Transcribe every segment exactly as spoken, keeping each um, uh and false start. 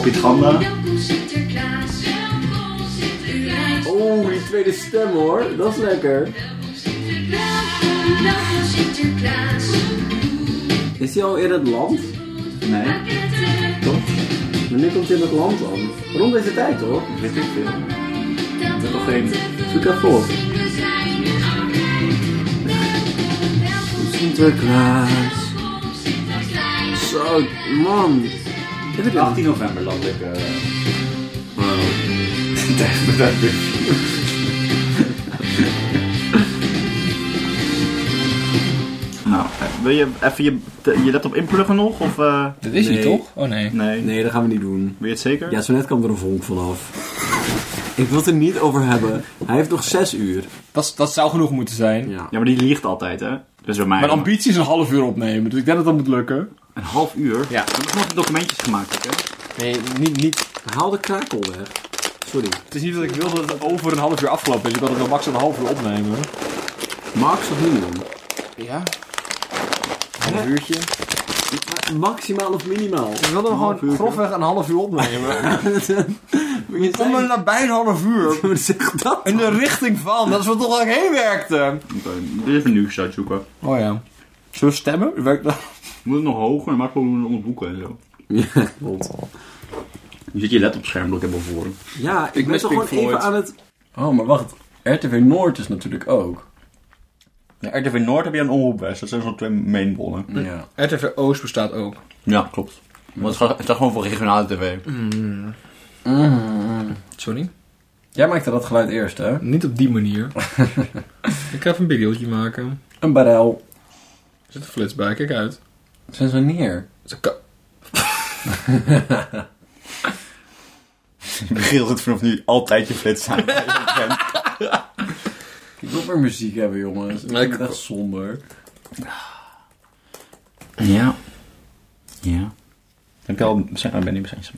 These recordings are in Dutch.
Pitganda. Oh, die tweede stem hoor. Dat is lekker. Is hij al in het land? Nee. Toch? Wanneer komt hij in het land dan? Rond deze tijd toch? Weet ik veel. Ik heb nog geen... Zoek even op. Sinterklaas. Zo, man. achttien november land ik... Uh... Wow. Nou, wil je even je, je laptop inpluggen nog? Of, uh... Dat is Nee. hij toch? Oh nee. Nee. Nee, dat gaan we niet doen. Wil je het zeker? Ja, zo net kwam er een vonk vanaf. Ik wil het er niet over hebben. Hij heeft nog zes uur. Dat, dat zou genoeg moeten zijn. Ja. Ja, maar die liegt altijd, hè? Dus bij mij... Mijn ambitie is een half uur opnemen, dus ik denk dat dat moet lukken. Een half uur? Ja. We hebben nog documentjes gemaakt, hè? Nee, niet, niet. Haal de krakel weg. Sorry. Het is niet dat ik wil dat het over een half uur afgelopen is. Ik wil dat we max een half uur opnemen. Max of minimum? Ja. Een half uurtje. Maximaal of minimaal? Ik wil dan gewoon grofweg een half uur opnemen. Je Kom er nabij een half uur. zeg dat. In de richting van. Dat is wat toch waar ik heen werkte. Oké, okay. Even een nieuws uitzoeken. Oh ja. Zullen we stemmen? Werkt dat? Moet het nog hoger, maar gewoon onder boeken en zo. Ja, klopt. Je zit je laptopscherm ook helemaal voor. Ja, ik, Ik ben mis toch Pink gewoon even Floyd. aan het... Oh, maar wacht. R T V Noord is natuurlijk ook. Ja, R T V Noord heb je een Omroep West. Dat zijn zo'n twee mainbronnen. Ja. R T V Oost bestaat ook. Ja, klopt. Want het gaat, het gaat gewoon voor regionale tv. Mm. Mm. Sorry? Jij maakte dat geluid eerst, hè? Niet op die manier. Ik ga even een videootje maken. Een barel. Er zit een flits bij, kijk uit. Sinds wanneer? Ze ka- Michiel zit vanaf nu altijd je flits aan. Ik wil weer muziek hebben, jongens. Ik Nee, vind ik- het echt somber. Ja. Ja. Heb je al... Ik ben niet bezig.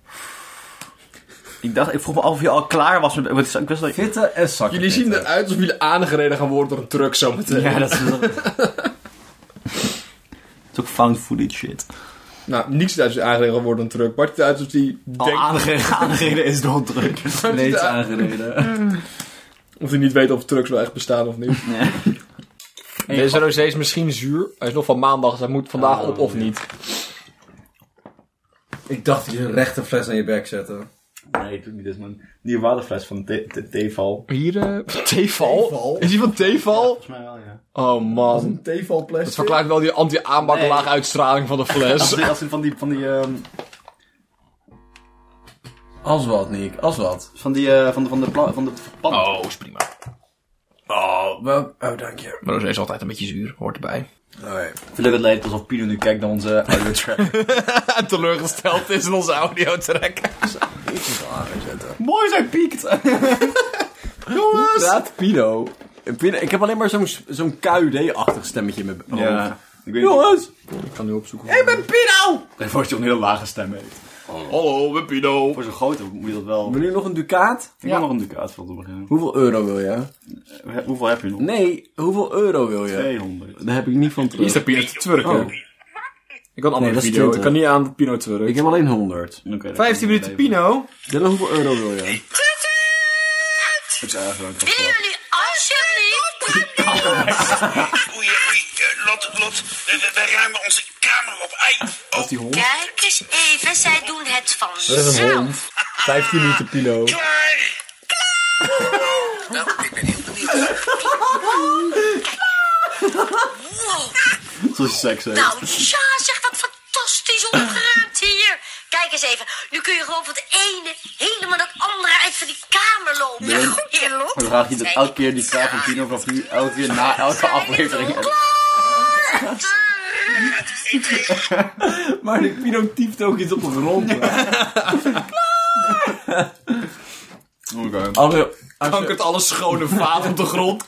Ik dacht, ik vroeg me af of je al klaar was met... Ik wist dat... Fitte en zakken. Jullie zien eruit alsof jullie aangereden gaan worden door een truck zometeen. Ja, dat is... Het is ook found footage shit. Nou, niets uit als aangereden gaan worden door een truck. Bart het uit alsof die Al denkt... aangereden, aangereden is door een druk. Leeds aangereden. Of hij niet weet of trucks wel echt bestaan of niet. Nee. Deze rosé is misschien zuur. Hij is nog van maandag, dus hij moet vandaag Oh, op of ja. niet. Ik dacht dat je een rechte fles aan je bek zette. Nee, ik doe niet. Dit is mijn nieuwe waterfles van de Teval. Hier, uh, Teval? Teval? Is die van Teval? Volgens mij wel, ja. Oh man. Een Teval plastic. Dat verklaart wel die anti-aanbaklaag uitstraling van de Als fles. die, als die van die... Van die, um, Als wat, Nick. Als wat. van die... Uh, van de... Van de... Pla, van de pan. Oh, is prima. Oh, wel... Oh, dank je. Maar rosé is altijd een beetje zuur, hoort erbij. Oh, ja. Ik vind het lijkt alsof Pino nu kijkt naar onze audio track. Teleurgesteld is in onze audiotrack. Ik moet het wel aanzetten. Mooi, zij piekt. Jongens! Praat Pino. Pino. Ik heb alleen maar zo'n zo'n K U D-achtig stemmetje in mijn hoofd. Ja. Ik weet Jongens! Ik ga nu opzoeken. Ik ben Pino! niet of je een hele lage stem heeft. Hallo, we Pino. Voor zo'n grote moet je dat wel... Wil je nog een ducaat? Ik wil nog een ducaat van te beginnen. Hoeveel euro wil je? Uh, hoeveel heb je nog? Nee, hoeveel euro wil je? tweehonderd. Daar heb ik niet van Hier terug. staat Pino te twerken. Oh. Ik kan een andere Nee, dat is video. Ik twintig. kan niet aan Pino twerken. Ik heb alleen honderd. Okay, vijftien minuten Pino. Dylan, hoeveel euro wil je? Ik zei eigenlijk Willen jullie alsjeblieft... Oei, oei, uh, Lot, Lot, we, we, we ruimen onze kamer op. Ei. Dat is die hond. Kijk eens even, zij doen het Dat is een vanzelf. hond. vijftien minuten Pino. Klaar. Nou, ik ben heel benieuwd. Wow. Zoals je seks heeft. Nou, ja, zeg wat fantastisch opgeruimd hier. Kijk eens even, nu kun je gewoon van het ene helemaal naar het andere uit van die kamer lopen. Nee. Ja, goed, hier, Lot. Dan vraag je dat elke keer die vraag van Pino vanaf nu elke keer na elke aflevering. Maar de Pino tieft ook iets op de grond. Oké. Alle, als je, Kankert alle schone vaat op de grond.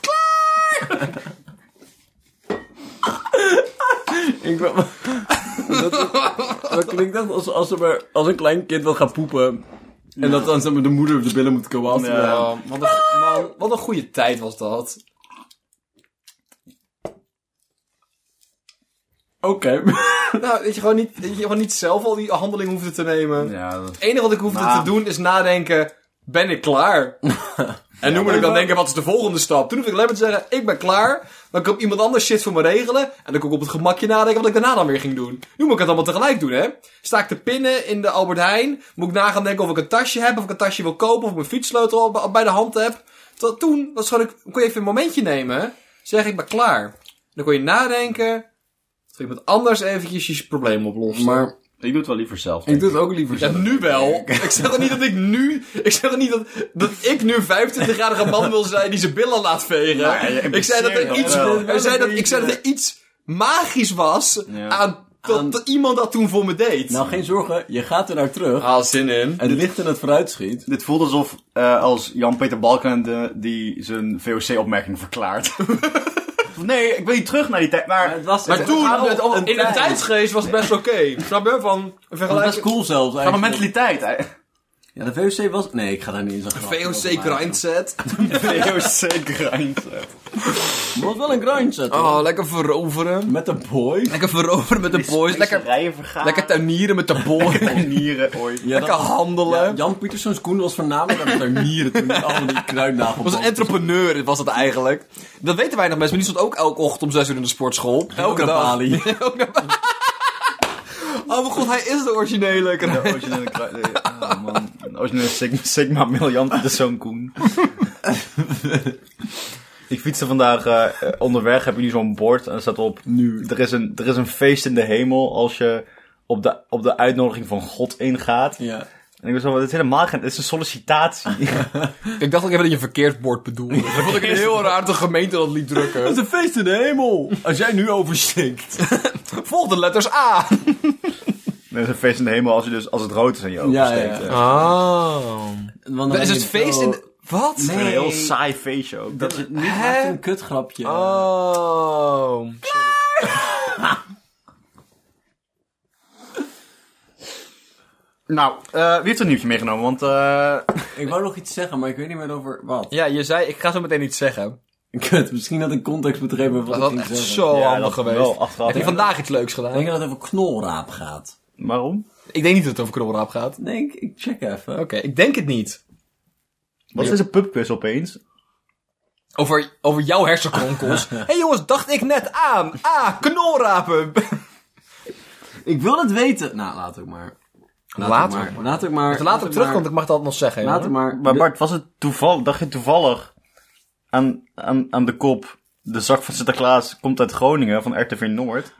ik ben, dat, dat klinkt echt als, als, er maar, als een klein kind wil gaan poepen. En dat dan zeg maar, de moeder op de billen moet komen af. Ja. Oh, wat, een, man, wat een goede tijd was dat. Oké. Nou, dat je gewoon niet, dat je gewoon niet zelf al die handeling hoefde te nemen. Ja, dat... Het enige wat ik hoefde Nou. te doen is nadenken, ben ik klaar? En nu moet ik dan denken, wat is de volgende stap? Toen hoefde ik alleen maar te zeggen, ik ben klaar. Dan kan iemand anders shit voor me regelen. En dan kon ik op het gemakje nadenken wat ik daarna dan weer ging doen. Nu moet ik het allemaal tegelijk doen, hè. Sta ik te pinnen in de Albert Heijn. Moet ik na gaan denken of ik een tasje heb, of ik een tasje wil kopen, of ik mijn fietssleutel al bij- bij de hand heb. Tot toen, dat is gewoon, kon je even een momentje nemen. Zeg, ik ben klaar. Dan kon je nadenken. Dat iemand anders eventjes je probleem oplossen. Maar Ik doe het wel liever zelf. ik doe het ook liever Ja, zelf. nu wel. Ik zeg toch niet dat ik nu... Ik zeg toch niet dat, dat ik nu een vijfentwintigjarige man wil zijn die zijn billen laat vegen. Nou ja, je ik zei dat er impliceert iets... dat wel. Ik zei dat, ik zei dat er iets magisch was Ja. aan... Dat, Aan- dat iemand dat toen voor me deed. Nou, geen zorgen. Je gaat er naar terug. Ah, zin in. Het ligt in het vooruitschiet. Dit voelt alsof uh, als Jan-Peter Balkenende die zijn V O C-opmerking verklaart. Nee, ik wil niet terug naar die tijd, maar... Maar het was- Maar het toen, gaat om het, al- een in de tijd. tijdsgeest was het best oké. Snap je? Van, Dat was vergelijk... cool zelfs Van een eigenlijk. mentaliteit. hè. Ja, de V O C was... Nee, ik ga daar niet in zo'n grap V O over C maken. grindset. V O C grindset. Het was wel een grindset. hoor. Oh, lekker veroveren. Met de boy. Lekker veroveren met de boys. Lekker, Rijen vergaan. lekker tuinieren met de boys. nieren ooit. Ja, Lekker dat- handelen. Ja, Jan Pieterszoon Koen was voornamelijk aan het tuinieren toen hij allemaal die kruidnagel was een entrepreneur, was dat eigenlijk. Dat weten weinig mensen, maar die stond ook elke ochtend om zes uur in de sportschool. Elke naar dag. Bali. Ook naar Bali. Oh mijn god, hij is de originele. De originele kruid... nee, Oh man. De originele Sigma, Sigma Miljant, de zoon Koen. Ik fietste vandaag uh, onderweg, heb je nu zo'n bord en er staat op... Nu. Er is, een, er is een feest in de hemel als je op de, op de uitnodiging van God ingaat. Ja. En ik was zo, dit is helemaal geen... Dit is een sollicitatie. Ik dacht ook even dat je een verkeerd bord bedoelde. Dat vond ik een heel raar dat de gemeente dat liet drukken. Het is een feest in de hemel. Als jij nu oversteekt. Volg de letters A. Er is een feest in de hemel als, je dus, als het rood is en je oversteekt. Ja, ja. hè. Oh. Want dan Dat is ben het je feest zo- in de... Wat? Nee. Een heel saai feestje ook. Dat je niet Hè? maakt een kutgrapje. Oh. Nou, eh, wie heeft een nieuwtje meegenomen? Want eh Ik wou nog iets zeggen, maar ik weet niet meer over wat. Ja, je zei, ik ga zo meteen iets zeggen. Kut, misschien had ik context moeten geven wat Dat ik had ging echt zeggen. zo Ja, handig dat geweest. wel, achteraf, Heb je ja. vandaag iets leuks Ik denk gedaan? dat het over knolraap gaat. waarom? Ik denk niet dat het over knolraap gaat. Nee, ik, ik check even. Oké, ik denk het niet. Wat is deze pubquiz opeens? Over, over jouw hersenkronkels. Hé hey jongens, dacht ik net aan. Ah, knolrapen. Ik wil het weten. Nou, laat ook maar. Laat Later ook maar. Laat ook maar. Als later terugkomt, ik mag dat nog zeggen. Laat jongen. ook maar. Maar Bart, was het toevallig, dacht je toevallig aan, aan, aan de kop... De zak van Sinterklaas komt uit Groningen, van R T V Noord.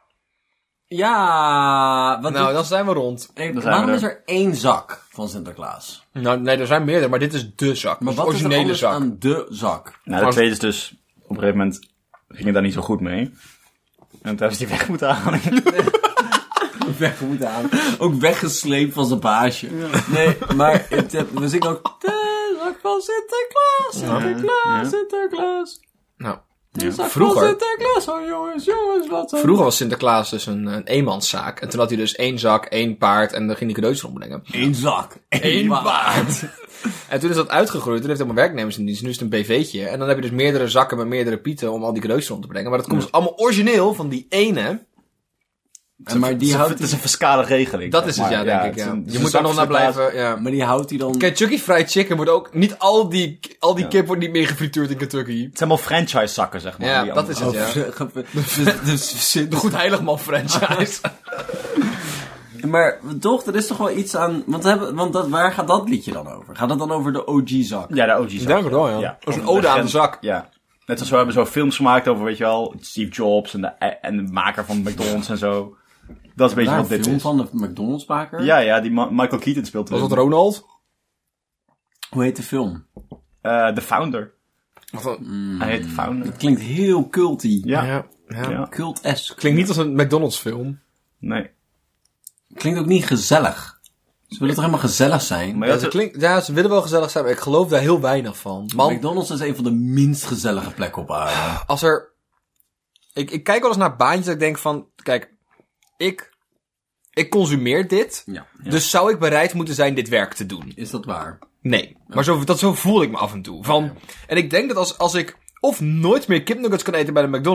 Ja, wat Nou, dit- dan zijn we rond. Eh, dan zijn waarom we er. is er één zak van Sinterklaas? Nou, nee, er zijn meerdere, maar dit is de zak. Maar Dat wat is is de er originele anders zak. aan de zak? Nou, de Was- tweede is dus... Op een gegeven moment ging het daar niet zo goed mee. En toen hebben ze die weg moeten halen. Weg moeten aan. Ook weggesleept van zijn baasje. Nee, maar het, heb- we zingen ook... De zak van Sinterklaas, Sinterklaas, Sinterklaas. Nou, De zak Vroeger. van Sinterklaas, oh jongens, jongens, wat een... vroeger was Sinterklaas dus een, een eenmanszaak. En toen had hij dus één zak, één paard en dan ging hij cadeautjes rondbrengen. Eén zak. Eén paard. paard. En toen is dat uitgegroeid. Toen heeft hij allemaal werknemers in dienst. Nu is het een B V'tje. En dan heb je dus meerdere zakken met meerdere pieten om al die cadeautjes rond te brengen. Maar dat komt dus allemaal origineel van die ene. En maar die het, houdt is, het is een fiscale regeling. Dat zeg is het, ja, maar. denk ik. het is Ja. een- het is Je een moet daar zak nog naar van Sinterklaas. blijven. Ja. Maar die houdt hij dan... Kentucky Fried Chicken wordt ook... Niet al die, al die Ja. kip wordt niet meer gefrituurd in Kentucky. Het zijn allemaal franchise zakken, zeg maar. Ja, die dat is andere- het, ja. Oh, dus, dus, dus, De Goed Heiligman franchise. maar toch, er is toch wel iets aan... Want, hebben, want dat, waar gaat dat liedje dan over? Gaat het dan over de O G-zak? Ja, de O G zak. Ik denk het wel, ja. Dat is een ode aan de zak. Ja. Net als we hebben zo films gemaakt over, weet je wel, Steve Jobs en de, en de maker van McDonald's en zo. Dat is een beetje Daar wat een dit film is. van de McDonald's-maker? Ja, ja, die Ma- Michael Keaton speelt Was erin. dat Ronald? Hoe heet de film? Eh, The Founder. Wat een- Hij heet The Founder. Het klinkt heel culty. Ja. Ja. ja. Ja. Cult-esque. Klinkt niet als een McDonald's film. Nee. Klinkt ook niet gezellig. Ze willen toch helemaal gezellig zijn? Maar Ja, ja, ze, klinkt, ja, ze willen wel gezellig zijn, maar ik geloof daar heel weinig van. Man, McDonald's is een van de minst gezellige plekken op aarde. als er... Ik, ik kijk wel eens naar baantjes dat ik denk van... Kijk, ik... Ik consumeer dit. Ja. Dus zou ik bereid moeten zijn dit werk te doen? Is dat waar? Nee. Maar zo, dat, zo voel ik me af en toe. Van, en ik denk dat als, als ik of nooit meer kipnuggets kan eten bij de McDonald's...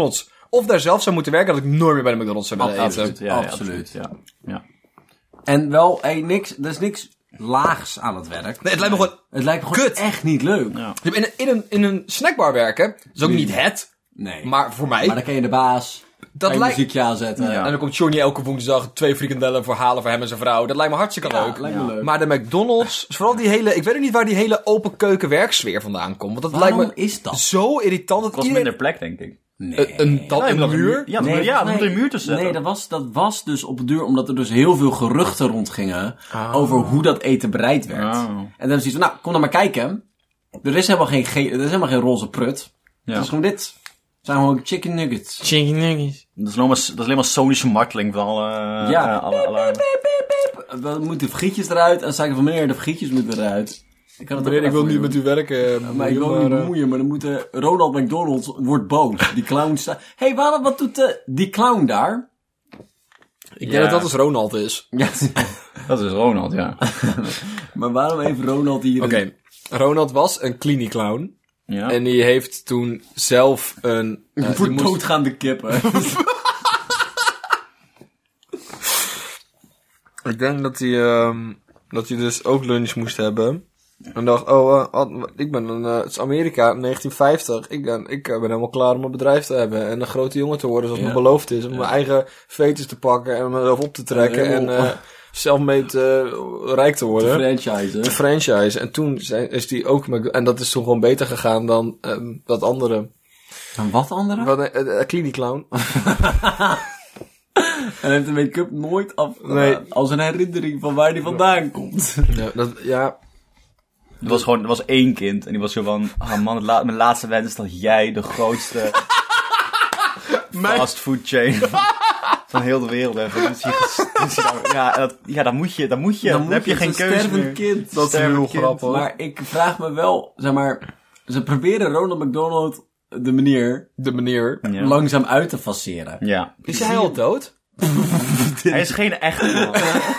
of daar zelf zou moeten werken, dat ik nooit meer bij de McDonald's zou willen eten. Absoluut, ja, ja, Absoluut. absoluut, ja. ja. En wel, hey, niks, er is niks laags aan het werk. Nee, het lijkt me gewoon... Het lijkt me gewoon Kut. echt niet leuk. Ja. In een, in, een, in een snackbar werken, is ook niet het, Nee. maar voor mij... Maar dan ken je de baas. dat kan je lijkt... muziekje aanzetten. Ja. En dan komt Johnny elke woensdag twee frikandellen voor halen voor hem en zijn vrouw. Dat lijkt me hartstikke Ja, leuk. lijkt me leuk. Maar de McDonald's, vooral die hele... Ik weet ook niet waar die hele open keuken werksfeer vandaan komt. Want dat Waarom lijkt me is dat? zo irritant. Dat Kost iedereen... minder plek, denk ik. Nee. Een, een, dat, Ja, je een moet muur? Ja, Nee, ja, nee, moet een muur tussen zetten. Nee, dat was, dat was dus op de duur omdat er dus heel veel geruchten rondgingen over hoe dat eten bereid werd. Oh. En dan is het van, nou, kom dan maar kijken. Er is helemaal geen, ge- er is helemaal geen roze prut. Ja. Het is gewoon dit. Het zijn gewoon chicken nuggets. Chicken nuggets. Dat is alleen maar, dat is alleen maar sonische marteling van alle... Ja. eh, alle alarmen. We moeten de frietjes eruit. En dan zei ik van, meneer, de frietjes moeten eruit. Ik kan het ook Meneer, ik wel wil even niet doen. met u werken. Maar ik wil me niet bemoeien, maar dan moet de Ronald McDonald wordt boos. Die clown staat... Hé, hey, waarom, wat doet de, die clown daar? Ik denk dat dat dus Ronald is. Ja, Dat is Ronald, ja. maar waarom heeft Ronald hier... Oké, Ronald was een klinieclown. ja. En die heeft toen zelf een... Een eh, voor die moest- doodgaande kippen. Ik denk dat hij, ehm, dat hij dus ook lunch moest hebben. En dacht, oh, uh, uh, ik ben een, uh, het is Amerika, negentien vijftig. Ik ben, ik ben helemaal klaar om een bedrijf te hebben. En een grote jongen te worden, zoals Ja. me beloofd is. Om mijn eigen fetus te pakken en mezelf op te trekken. Ja, en helemaal- uh, zelfmeet uh, rijk te worden. Franchise, De franchise. En toen zijn, is die ook, met- en dat is toen gewoon beter gegaan dan uh, dat andere. En wat andere? Wat een uh, klinieclown. En heeft de make-up nooit af... Nee. Als een herinnering van waar die vandaan komt. ja, dat, ja, Er was gewoon, er was één kind en die was zo van, ah man, het la- mijn laatste wens is dat jij de grootste fastfood chain van heel de wereld hebt. Dus je ges- dus je- ja, dat, ja, dan moet je, dan moet je, dan, moet heb je je, geen het is een keuze stervend meer. kind. dat is Stervend heel kind. grappig. Maar ik vraag me wel, zeg maar... Ze proberen Ronald McDonald, de meneer, De meneer. Ja. langzaam uit te faceren. Ja. Is hij al dood? Hij is geen echte man.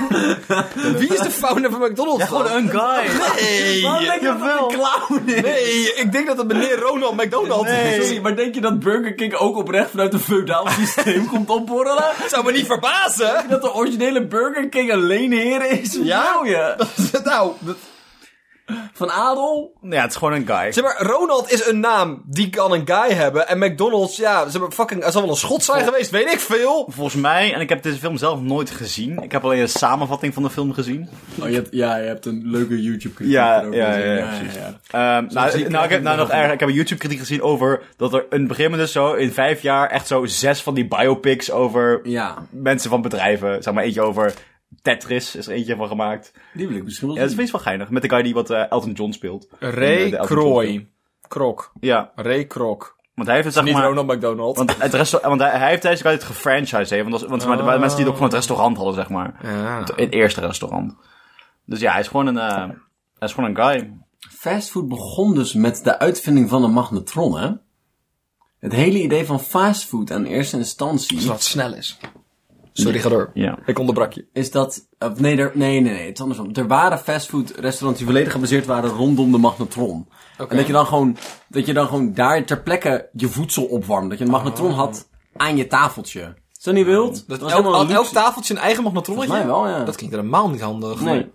Wie is de founder van McDonald's? Ja, gewoon dan? een guy. Nee, Waarom denk je dat het een clown is? nee, ik denk dat het meneer Ronald McDonald is. Sorry, maar denk je dat Burger King ook oprecht vanuit een feodaal systeem komt opborrelen? Zou me niet verbazen. Dat de originele Burger King een leenheer is? Wat Ja? wil je? Nou, dat- Van adel? Ja, het is gewoon een guy. zeg maar, Ronald is een naam, die kan een guy hebben. En McDonald's, ja, ze hebben fucking, het zal wel een schot zijn geweest, weet ik veel. Volgens mij, en ik heb deze film zelf nooit gezien. Ik heb alleen een samenvatting van de film gezien. Oh, je hebt, ja, je hebt een leuke YouTube-kritiek. Ja, erover ja, gezien. ja, ja, precies. ja. Ehm, nou, zie ik nou, ik heb, eigenlijk nou nog wel. erger. Ik heb een YouTube-kritiek gezien over dat er een begin dus zo in vijf jaar echt zo zes van die biopics over Ja, mensen van bedrijven. Zeg maar eentje over Tetris is er eentje van gemaakt. die wil ik misschien wel Ja, dat is zien. best wel geinig. Met de guy die wat eh, Elton John speelt. Ray In, eh, de Elton John film. Kroy. Krok. Ja, Ray Krok. want hij heeft het zeg Niet maar... Ronald McDonald. Want, het resta- want hij, hij heeft deze guy het gefranchised, hè, want, dat, want zeg maar, de mensen die het ook van het restaurant hadden, zeg maar. Ja. Het, het eerste restaurant. Dus ja, hij is gewoon een, uh, hij is gewoon een guy. Fastfood begon dus met de uitvinding van een magnetron, hè? Het hele idee van fastfood aan eerste instantie Zodat het snel is. Sorry, ga door. Ja. Ik onderbrak je. is dat... Of nee, er, nee, nee, nee, het is andersom. Er waren fastfood restaurants die volledig gebaseerd waren rondom de magnetron. En dat je dan gewoon, dat je dan gewoon daar ter plekke je voedsel opwarmt. Dat je een magnetron had aan je tafeltje. Is dat niet wild? Dat was elk, helemaal elk, een elk luxe. tafeltje een eigen magnetronnetje? Volgens mij wel, ja. Dat klinkt helemaal niet handig. Nee.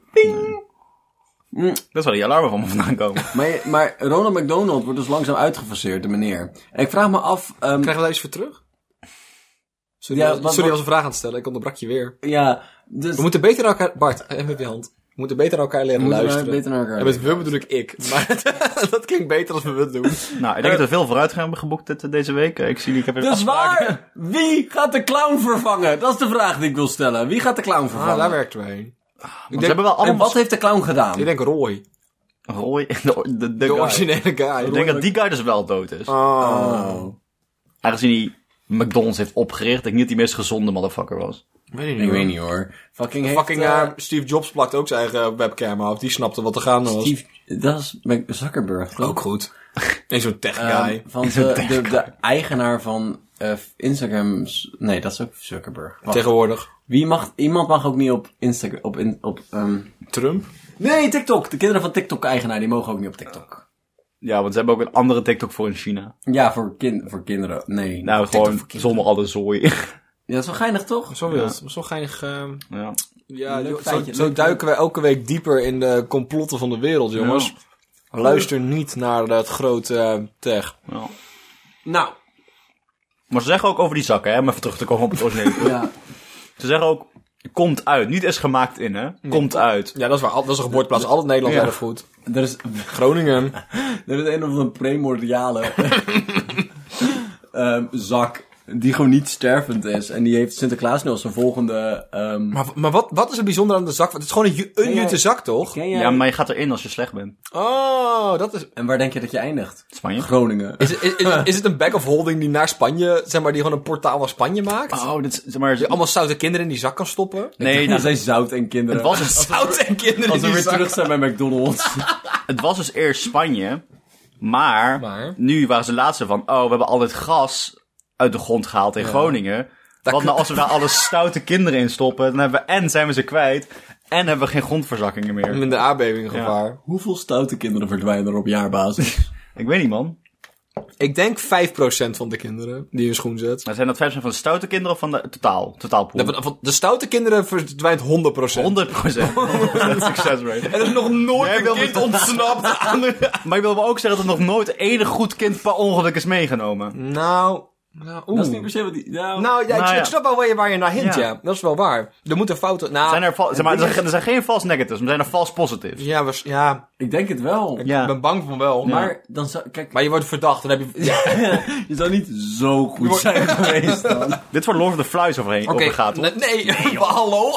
Dat is waar die alarmen van me vandaan komen. Maar, je- maar Ronald McDonald wordt dus langzaam uitgefaseerd, de meneer. En ik vraag me af... ehm, Krijgen we daar iets voor terug? Sorry, Ja, ja, wat- sorry, ik wat- was een vraag aan het stellen. Ik onderbrak je weer. ja, dus... We moeten beter naar elkaar... Bart, even met je hand. We moeten beter naar elkaar leren We moeten luisteren. beter naar elkaar En met we bedoel ik ik. Maar dat klinkt beter als we het doen. Nou, ik denk dat we veel vooruitgang hebben geboekt dit, deze week. Ik zie, ik heb weer Dat is afspraken. waar! Wie gaat de clown vervangen? Dat is de vraag die ik wil stellen. Wie gaat de clown vervangen? Ah, daar werken we heen. Want ze hebben wel En allemaal... wat heeft de clown gedaan? Ik denk Roy. Roy, de, de, de, De guy. originele guy. Ik denk dat die guy dus wel dood is. Oh. Aangezien hij McDonald's heeft opgericht, denk ik niet dat hij de meest gezonde motherfucker was. Weet ik Ik weet niet hoor. Fucking heeft... Fucking eh, uh, Steve Jobs plakt ook zijn eigen webcam af. Die snapte wat er gaande was. Steve... Dat is Mac- Zuckerberg, toch? Ook goed. En zo'n tech Ehm, guy. van de, de, de eigenaar van uh, Instagram... Nee, dat is ook Zuckerberg. Wacht. Tegenwoordig. Wie mag... Iemand mag ook niet op Instagram... Op, in, op, um... Trump? Nee, TikTok. De kinderen van TikTok-eigenaar, die mogen ook niet op TikTok. Ja, want ze hebben ook een andere TikTok voor in China. Ja, voor, kind, voor kinderen. Nee. Nou, gewoon zonder alle zooi. Ja, dat is wel geinig, toch? Zo wild. Zo geinig. Uh... Ja. Ja, Leuk zo, feitje, zo leuk duiken we elke week dieper in de complotten van de wereld, jongens. Ja. Luister niet naar het grote uh, tech. Ja. Nou. Maar ze zeggen ook over die zakken, hè, om even terug te komen op het origineel. Ja. Ze zeggen ook, komt uit. Niet eens gemaakt in, hè. Komt uit. Ja, dat is waar. Dat is een geboorteplaats. Al het Nederlands Ja. erfgoed. Er is, Groningen. er is een of andere primordiale um, zak die gewoon niet stervend is. En die heeft Sinterklaas nu als zijn volgende... Um... Maar, maar wat, wat is er bijzonder aan de zak? Het is gewoon een, ju- een jij- jute zak, toch? Ken jij... Ja, maar je gaat erin als je slecht bent. Oh, dat is... En waar denk je dat je eindigt? Spanje? Groningen. Is, is, is, is het een bag of holding die naar Spanje, zeg maar, die gewoon een portaal naar Spanje maakt? Oh, dit is, zeg maar... Die allemaal stoute kinderen in die zak kan stoppen? Nee, dat nou, zijn zout en kinderen. het was, een, Stoute en kinderen Als in we die weer zak. terug zijn bij McDonald's. het was dus eerst Spanje. Maar, Maar? nu waren ze laatste van, oh, we hebben al dit gas uit de grond gehaald in Ja. Groningen. Wat nou als we daar alle stoute kinderen in stoppen? Dan hebben we, en zijn we ze kwijt. En hebben we geen grondverzakkingen meer. Minder aardbevinggevaar. Hoeveel stoute kinderen verdwijnen er op jaarbasis? Ik weet niet, man. Ik denk vijf procent van de kinderen die hun schoen zet. Maar zijn dat vijf procent van de stoute kinderen of van de totaal? Totaalpool? De, van de stoute kinderen verdwijnt honderd procent. honderd procent. Dat is success rate. Er is nog nooit Jij een wil kind me- ontsnapt aan de... Maar ik wil wel ook zeggen dat er nog nooit enig goed kind per ongeluk is meegenomen. Nou... nou oeh. Dat is niet per se wat die... Nou, Nou, ja, ik, Nou, ja. ik snap wel waar je, waar je naar hint, ja. Ja. Dat is wel waar. Er moeten fouten... Nou, Zijn er, val- zeg maar, er, zijn, er zijn geen false negatives, maar zijn er false positives. ja, was, ja, ik denk het wel. ik Ja. ben bang van wel. Maar, Maar dan zou... Kijk, maar je wordt verdacht, dan heb je... Ja. je zou niet zo goed zijn geweest dan. Dit wordt Lord of the Flies overheen Oké, over gaat, toch? nee, nee, hallo.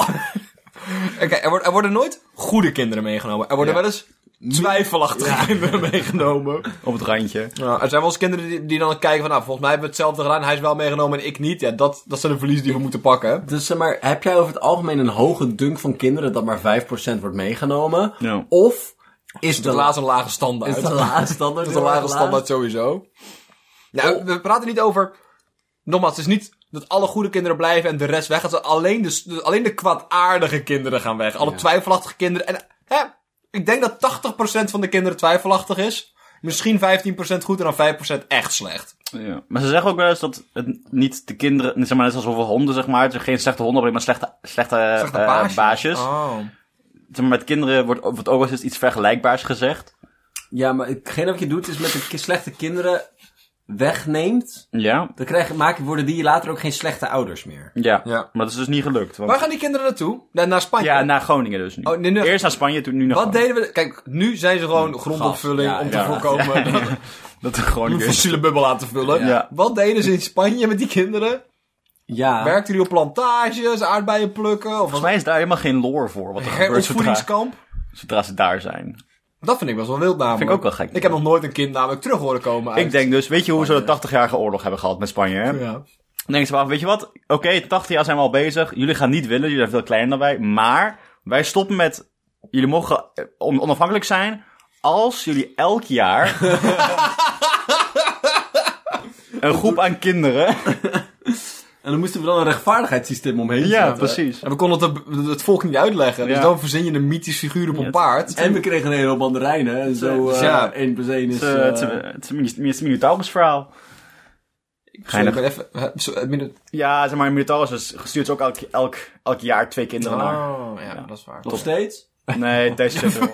Oké, er, wordt- er worden nooit goede kinderen meegenomen. Er worden Ja. wel eens twijfelachtige kinderen meegenomen. Op het randje. Ja, er zijn wel eens kinderen die, die dan kijken van, nou, volgens mij hebben we hetzelfde gedaan. Hij is wel meegenomen en ik niet. Ja, dat, dat zijn de verliezen die we moeten pakken. Dus zeg maar, heb jij over het algemeen een hoge dunk van kinderen dat maar vijf procent wordt meegenomen? Ja. Of is De de, laatste een lage standaard. is de laatste standaard? Dat is een lage standaard sowieso. Nou, we praten niet over... Nogmaals, het is niet dat alle goede kinderen blijven en de rest weg. Het is alleen de, alleen de kwaadaardige kinderen gaan weg. Alle Ja. twijfelachtige kinderen. En hè, ik denk dat tachtig procent van de kinderen twijfelachtig is. Misschien vijftien procent goed en dan vijf procent echt slecht. Ja. Maar ze zeggen ook wel eens dat het niet de kinderen, zeg maar net zoals over honden, zeg maar, het zijn geen slechte honden, maar slechte, slechte, Slechte eh, baasjes. baasjes. Oh. Zeg maar, met kinderen wordt, wordt ook wel eens iets vergelijkbaars gezegd. Ja, maar hetgene wat je doet is met de ki- slechte kinderen wegneemt. Ja. Dan krijgen, maken, worden die later ook geen slechte ouders meer. Ja. Ja. Maar dat is dus niet gelukt. Want... Waar gaan die kinderen naartoe? Naar, naar Spanje? Ja, naar Groningen dus nu. Oh, nee, nee. Eerst naar Spanje, toen nu naar Wat Groningen. deden we? Kijk, nu zijn ze gewoon grondopvulling Ja, om te ja. voorkomen dat Dat er gewoon een weer... fossiele bubbel aan te vullen. Ja. Wat deden ze in Spanje met die kinderen? Ja. Werkten die op plantages, aardbeien plukken? Of Volgens mij is daar helemaal geen lore voor wat er gebeurt zodra, heropvoedingskamp? zodra ze daar zijn. Dat vind ik best wel wild namelijk. Vind ik ook wel gek. Ik heb nog nooit een kind namelijk terug horen komen uit... Ik denk dus, weet je hoe ze de tachtigjarige oorlog hebben gehad met Spanje, hè? Ja. Dan denken ze wel, weet je wat? Oké, tachtig jaar zijn we al bezig. Jullie gaan niet willen, jullie zijn veel kleiner dan wij. Maar wij stoppen met... Jullie mogen eh, on- onafhankelijk zijn als jullie elk jaar... een groep aan kinderen... En dan moesten we dan een rechtvaardigheidssysteem omheen Ja, zetten. precies. En we konden het, de- het volk niet uitleggen. Dus Ja. dan verzin je een mythisch figuur op een Ja. paard. En we kregen een hele hoop mandarijnen. En zo Dus uh, ja. één plus één is... Het is, eh, uh, het is, eh, het is een mini- het is een Minotaurus verhaal. Sorry, Geinig. ik ben even... hè, zo- het midden- Ja, zeg maar, een Minotaurus is- gestuurd ze ook elk, elk, elk jaar twee kinderen naar. Oh, ja, dat is waar. nog steeds? Nee, deze zit er.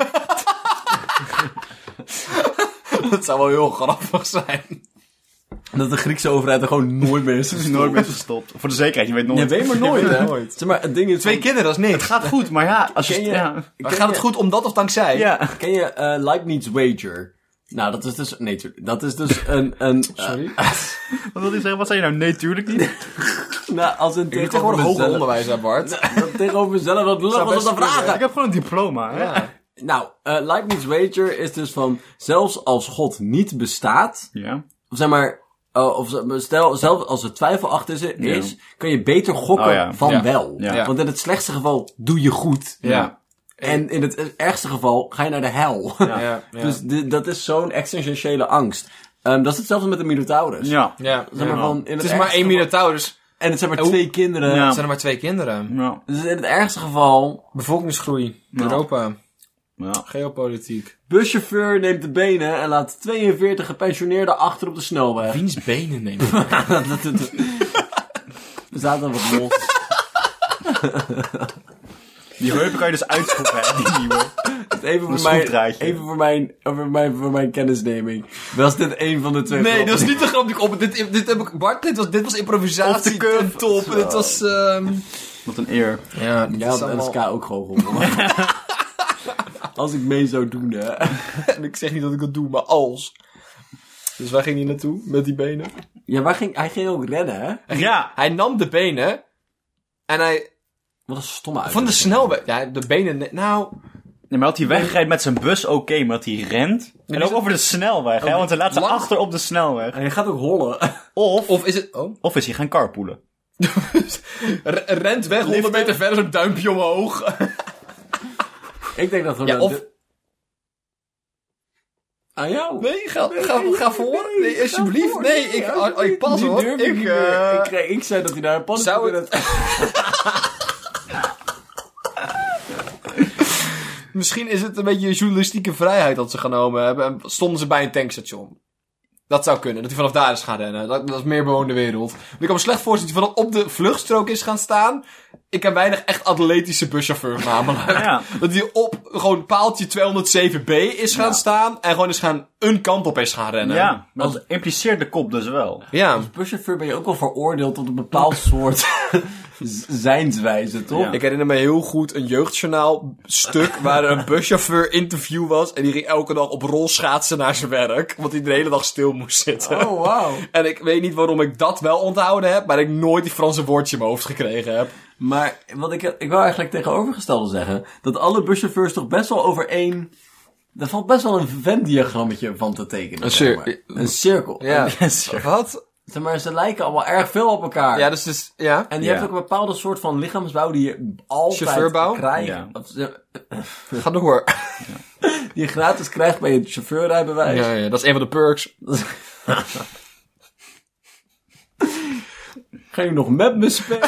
Dat zou wel heel grappig zijn. Dat de Griekse overheid er gewoon nooit meer is. Het is nooit meer gestopt. Voor de zekerheid, je weet nooit. Je weet maar nooit, hè? nooit. Zeg maar, het ding is... Twee van- kinderen, dat is niks. Het gaat goed, maar ja, als je... Ken je- ja. Maar ken gaat het je- goed omdat of dankzij? ja. Ken je uh, Leibniz Wager? Nou, dat is dus... Nee, tuurlijk. Dat is dus een... een uh, Sorry. Wat wil hij zeggen? Wat zei je nou? Nee, tuurlijk niet. nou, als een Ik heb tegenover tegenwoordig hoger mezelf... onderwijs, hè, Bart. Dat tegenover mezelf wat lullig Zou was best om te kunnen. vragen. Ik heb gewoon een diploma, hè? Ja. Nou, uh, Leibniz Wager is dus van... Zelfs als God niet bestaat... Ja. Of zeg maar... Uh, of ze- stel, zelfs als er twijfelachtig is, is Ja. kan je beter gokken Oh ja. van Ja. wel. Ja. Want in het slechtste geval doe je goed. Ja. En in het ergste geval ga je naar de hel. Ja. Ja. Dus de, dat is zo'n existentiële angst. Um, dat is hetzelfde met de Minotaurus. Ja. Ja. Zeg maar Ja. van, in Het het is maar ergste één geval- Minotaurus. En het zijn maar Oeh. twee kinderen. Ja. Het zijn er maar twee kinderen. Ja. Dus in het ergste geval... Bevolkingsgroei. Ja. Europa. Ja. Geopolitiek. Buschauffeur neemt de benen en laat tweeënveertig gepensioneerden achter op de snelweg. Wiens benen neemt dat, dat, dat, er staat dan wat los. Die heupen kan je dus uitschroeven, hè, die nieuwe. Even voor, Een mijn, schroefdraadje. even voor mijn, voor mijn, voor mijn kennisneming. Was dit een van de twee Nee, grappen? dat was niet de grap die ik op... Dit, dit heb ik... Bart, dit was, dit was improvisatie. Off the cuff. ten top. Dit was... ehm Wat een eer. Ja, Jij had L S K ook gewoon gewonnen. Als ik mee zou doen, hè. En ik zeg niet dat ik dat doe, maar als. Dus waar ging hij naartoe met die benen? Ja, waar ging, hij ging ook rennen, hè? Ja. Hij nam de benen en hij... Wat een stomme uit. Van de snelweg... Ja, de benen... ne- Nou... Nee, maar dat hij wegrijdt met zijn bus, oké, maar dat hij rent. En ook over de snelweg, hè, want hij laat ze Lang- achter op de snelweg. En hij gaat ook hollen. Of, Of is het... Oh. of is hij gaan carpoolen. R- rent weg, honderd meter verder, een duimpje omhoog. Ik denk dat we... Ja, of... de- Aan jou? Nee, ga, ga, ga voor. Nee, alsjeblieft. Nee, ik... Oh, oh, ik pas Nu hoor. durf ik Ik, niet meer. eh, ik, kreeg- ik zei dat hij naar een pan Zou het... Misschien is het een beetje journalistieke vrijheid dat ze genomen hebben. En stonden ze bij een tankstation. Dat zou kunnen. Dat hij vanaf daar is gaan rennen. Dat, dat is meer bewoonde wereld. Want ik kan me slecht voorstellen dat hij vanaf op de vluchtstrook is gaan staan. Ik ken weinig echt atletische buschauffeurs namelijk. Ja. Dat hij op gewoon paaltje tweehonderdzeven B is gaan staan. En gewoon is gaan een kant op is gaan rennen. Ja, maar dat impliceert de kop dus wel. Ja. Als buschauffeur ben je ook wel veroordeeld tot een bepaald soort z- zijnswijze, toch? Ja. Ik herinner me heel goed een jeugdjournaal stuk waar een buschauffeur interview was. En die ging elke dag op rolschaatsen naar zijn werk. Want hij de hele dag stil moest zitten. Oh, wauw. En ik weet niet waarom ik dat wel onthouden heb. Maar ik nooit die Franse woordje in mijn hoofd gekregen heb. Maar wat ik, ik wou eigenlijk tegenovergestelde zeggen. Dat alle buschauffeurs toch best wel over één... Er valt best wel een Venn-diagrammetje van te tekenen. Een zeg cir- maar. Een cirkel. Ja. En, Wat? zeg maar, ze lijken allemaal erg veel op elkaar. Ja, dus, dus ja. En je Ja. hebt ook een bepaalde soort van lichaamsbouw die je altijd Chauffeurbouw? krijgt. Ja. Of, eh, Ga door. die je gratis krijgt bij je chauffeurrijbewijs. Ja, ja, dat is een van de perks. Ga je nog met me spelen?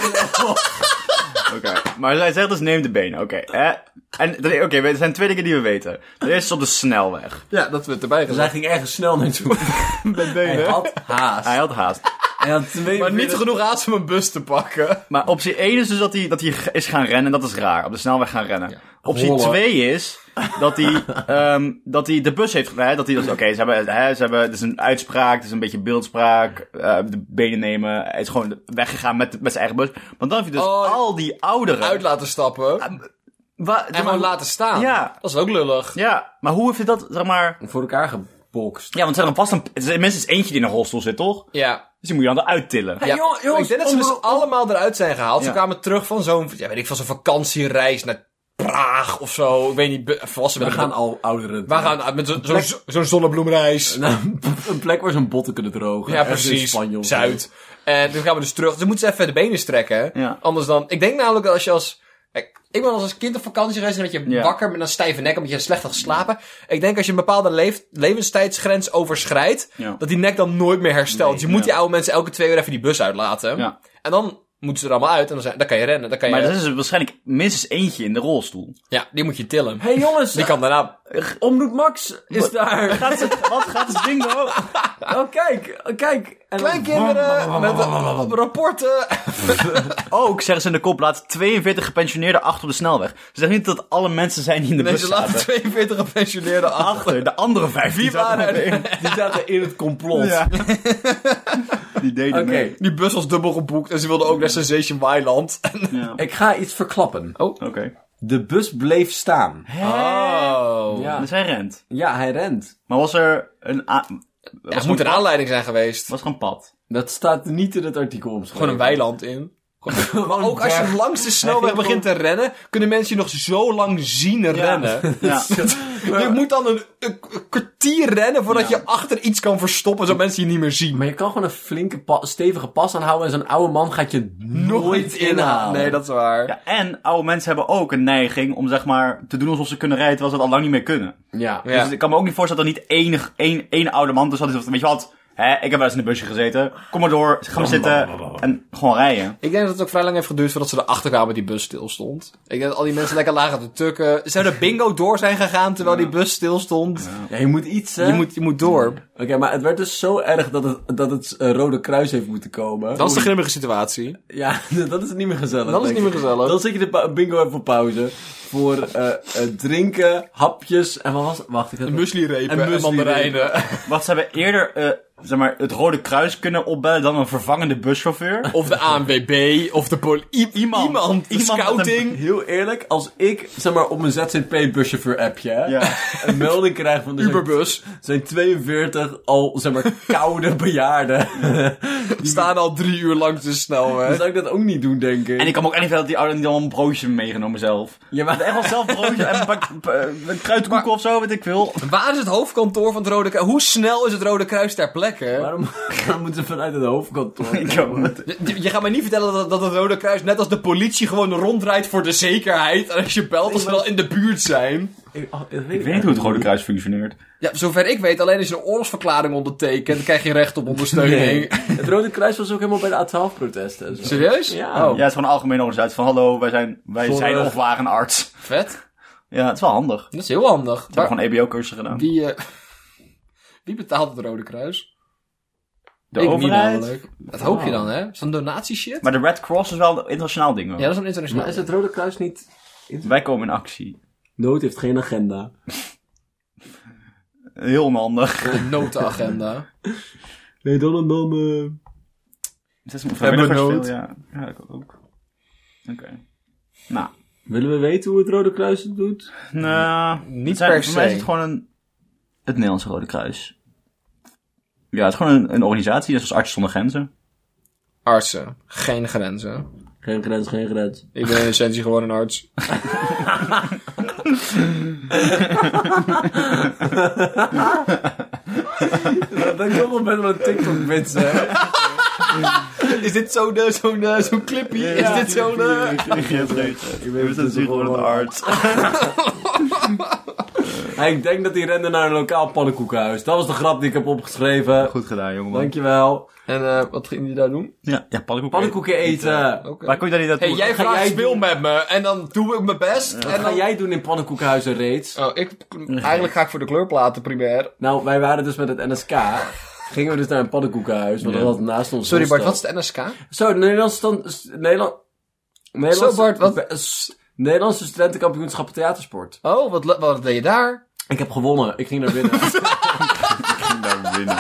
Oké, maar hij zegt dus neem de benen, oké. hè? En, oké, okay, er zijn twee dingen die we weten. De eerste is op de snelweg. Ja, dat we het erbij Dus hij gezegd. ging ergens snel naartoe. Met Hij had haast. Hij had haast. Hij had twee Maar niet genoeg haast om een bus te pakken. Maar optie één is dus dat hij, dat hij is gaan rennen, en dat is raar. Op de snelweg gaan rennen. Optie Hollen. twee is dat hij, ehm, dat hij de bus heeft gedaan. Dat hij dat, oké, ze hebben, hè, ze hebben, het is een uitspraak, het is een beetje beeldspraak, eh, de benen nemen. Hij is gewoon weggegaan met, met zijn eigen bus. Maar dan heb je dus Oh, al die ouderen. Uit laten stappen. Wa- En gewoon laten staan. Ja. Dat is ook lullig. Ja, maar hoe heeft hij dat, zeg maar... voor elkaar gebokst. Ja, want er is vast een, het is minstens eentje die in een rolstoel zit, toch? Ja. Dus die moet je dan eruit tillen. Ja, jongen- jongens, ik denk dat ze dus om- allemaal eruit zijn gehaald. Ze Ja. kwamen terug van zo'n, ja, weet ik, van zo'n vakantiereis naar Praag of zo. Ik weet niet, be- volwassen We met gaan al ouderen. We gaan uit met zo'n zo, plek- zo, zo'n zonnebloemreis. naar een plek waar ze hun botten kunnen drogen. Ja, Ergens in precies. Spanje of zo. Zuid. En toen gaan we dus terug. Dus moeten ze even de benen strekken. Ja. Anders dan... Ik denk namelijk dat als je als... Kijk, ik ben als kind op vakantie geweest en dan werd je Ja. wakker met een stijve nek omdat je slecht had geslapen. Ik denk als je een bepaalde leef, levenstijdsgrens overschrijdt, Ja. dat die nek dan nooit meer herstelt. Nee, je moet ja. die oude mensen elke twee uur even die bus uitlaten. Ja. En dan moeten ze er allemaal uit en dan, zijn, dan kan je rennen. Dan kan je, Maar er is dus waarschijnlijk minstens eentje in de rolstoel. ja, die moet je tillen. Hey jongens, Die kan daarna... Omroep Max is daar. Gaat ze, wat gaat het ding dan? Oh, kijk, kijk. En dan- Kleinkinderen met eh, rapporten. Ook, zeggen ze in de kop, laat tweeënveertig gepensioneerden achter op de snelweg. Ze zeggen niet dat het alle mensen zijn die in de Nee, bus ze laten zaten. tweeënveertig gepensioneerden achter. Achter, de andere vijftien Die waren zaten er. erin. Die zaten in het complot. Ja. Die deden Oké, mee. Die bus was dubbel geboekt en ze wilden ook naar Sensation Wyland. Ja. ik ga iets verklappen. Oké. De bus bleef staan. Oh. Ja. Dus hij rent. Ja, hij rent. Maar was er een... a- Ja, was het moet er een aanleiding zijn geweest. Was er een pad? Dat staat niet in het artikel omschreven. Gewoon een weiland in. Maar ook als je langs de snelweg begint te rennen, kunnen mensen je nog zo lang zien rennen. Ja. Je moet dan een, een kwartier rennen voordat Ja. je achter iets kan verstoppen, zodat mensen je niet meer zien. Maar je kan gewoon een flinke, pa- stevige pas aanhouden en zo'n oude man gaat je nooit inhalen. Nee, dat is waar. Ja, en oude mensen hebben ook een neiging om zeg maar te doen alsof ze kunnen rijden terwijl ze het al lang niet meer kunnen. Ja. Ja. Dus ik kan me ook niet voorstellen dat er niet één, één, één oude man dus had. Weet je wat? Hè, ik heb wel eens in de busje gezeten. Kom maar door, ga maar zitten en gewoon rijden. Ik denk dat het ook vrij lang heeft geduurd voordat ze erachter kwamen dat die bus stil stond. Ik denk dat al die mensen lekker lagen te tukken. Zou de bingo door zijn gegaan terwijl die bus stil stond? Ja, je moet iets, hè? Je moet, je moet door. Oké, okay, maar het werd dus zo erg dat het, dat het uh, Rode Kruis heeft moeten komen. Dat is de grimmige situatie. Ja, dat is niet meer gezellig. Dat is niet meer gezellig. Dan zet je de pa- bingo even op pauze. Voor uh, uh, drinken, hapjes en wat was het? Wacht, ik heb... Muesli-repen en, muesli-repen. mandarijnen. Wat ze hebben eerder, uh, zeg maar, het Rode Kruis kunnen opbellen dan een vervangende buschauffeur. Of de A N W B, of de poli- I- iemand, iemand, de iemand scouting. Heel eerlijk, als ik, zeg maar, op mijn Z Z P-buschauffeur-appje, hè, Ja. een melding krijg van... de Uberbus. zijn tweeënveertig al, zeg maar, koude bejaarden. Die staan al drie uur lang te snel, Dan hè. zou ik dat ook niet doen, denk ik. En ik kan me ook echt niet vertellen dat die ouderen niet allemaal een broodje hebben meegenomen zelf. Ja, maar... Echt wel zelf broodje en een pak uh, kruidkoeken of zo, weet ik veel. Waar is het hoofdkantoor van het Rode Kruis? Hoe snel is het Rode Kruis ter plekke? Waarom, waarom moeten ze vanuit het hoofdkantoor? Ik kan- Je, je gaat mij niet vertellen dat, dat het Rode Kruis net als de politie gewoon rondrijdt voor de zekerheid. En als je belt, als ze wel in de buurt zijn. Ik, oh, ik Ik weet niet hoe het Rode Kruis functioneert. Ja, zover ik weet, alleen als je een oorlogsverklaring ondertekent, dan krijg je recht op ondersteuning. Nee. Het Rode Kruis was ook helemaal bij de A twaalf protesten. en zo. Serieus? Ja. Oh, Ja, het is gewoon een algemene organisatie van hallo, wij zijn, wij Zorg. zijn of waren een arts. vet. Ja, het is wel handig. Dat is heel handig. We hebben Maar gewoon E B O-cursussen gedaan. wie, uh, wie betaalt het Rode Kruis? De ik overheid. niet namelijk. Dat hoop je dan, hè? Zo'n donatieshit? Maar de Red Cross is wel een internationaal ding hoor. Ja, dat is een internationaal. Maar is het Rode Kruis niet... Wij komen in actie. Nood heeft geen agenda. Heel onhandig. Een notenagenda. Nee, dan en dan... Uh... Zes we hebben nood. Ja, ja, ik ook. Oké. Nou. Willen we weten hoe het Rode Kruis het doet? Nou, Niet het zijn- per voor mij is se. het gewoon een... Het Nederlandse Rode Kruis. Ja, het is gewoon een, een organisatie, net zoals Artsen zonder Grenzen. Artsen. Geen grenzen. Geen grens, geen grens. Ik ben in essentie gewoon een arts. Dat is toch wel best wel een TikTok-wits, hè? Is dit zo'n uh, zo'n uh, zo'n clippy? Is dit zo'n... Uh... Ik weet het. Ik weet het gewoon een arts. Hey, ik denk dat hij rende naar een lokaal pannenkoekenhuis. Dat was de grap die ik heb opgeschreven. Goed gedaan, jongeman. Dankjewel. En uh, wat ging die daar doen? Ja, ja pannenkoeken. Pannenkoeken eten. Oké. Waar kon je daar niet naartoe? Hey, jij Ga vraagt jij speel doen? met me en dan doe ik mijn best. Wat En ga dan... jij doen in pannenkoekenhuizen reeds? Oh, ik... Eigenlijk ga ik voor de kleurplaten primair. Nou, wij waren dus met het N S K. Gingen we dus naar een pannenkoekenhuis. Want Ja. dat had naast ons. Sorry Bart, hostel. wat is het N S K? Zo, de Nederlandse stand... s- Nederland... Nederlandse, Zo, Bart, wat- s- Nederlandse studentenkampioenschap theatersport. Oh, wat, le- wat deed je daar? Ik heb gewonnen. Ik ging naar binnen. daar winnen.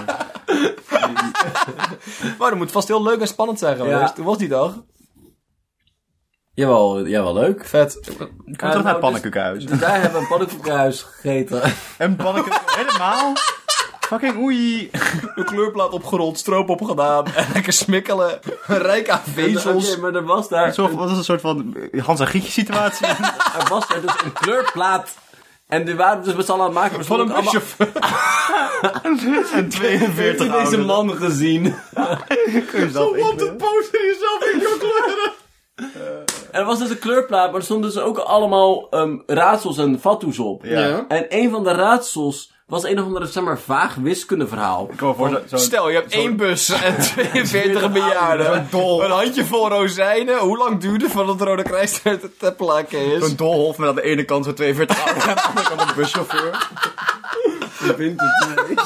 Maar dat moet vast heel leuk en spannend zijn geweest. Ja. Hoe was die dag? jawel, jawel, leuk. Vet. Kom terug nou, naar het dus- pannenkoekenhuis. Daar hebben we een pannenkoekenhuis gegeten. En pannenkoeken helemaal? Fucking oei. De kleurplaat opgerold, stroop opgedaan. En lekker smikkelen. Rijk aan vezels. Oké, maar er was daar... Zo, wat is een soort van Hans en Grietje situatie? Er was daar dus een kleurplaat. En die waren we dus met z'n allen aan het maken. We Van een stonden buschauffeur. En tweeënveertig allemaal- deze ouderen. man gezien. Kun je zelf invullen. poster jezelf in je kleuren. En er was dus een kleurplaat, maar er stonden dus ook allemaal um, raadsels en fatsoes op. Ja. En een van de raadsels was een of andere, zeg maar, vaag wiskundeverhaal. Ik kan me voorstellen, zo'n- Stel, je hebt één bus en tweeënveertig bejaarden. Een handjevol rozijnen. Hoe lang duurde van het Rode Kruis te, te plakken is? Zo'n doolhof met aan de ene kant zo'n tweeënveertig ouderen en aan de andere kant een buschauffeur. Je vindt het nee.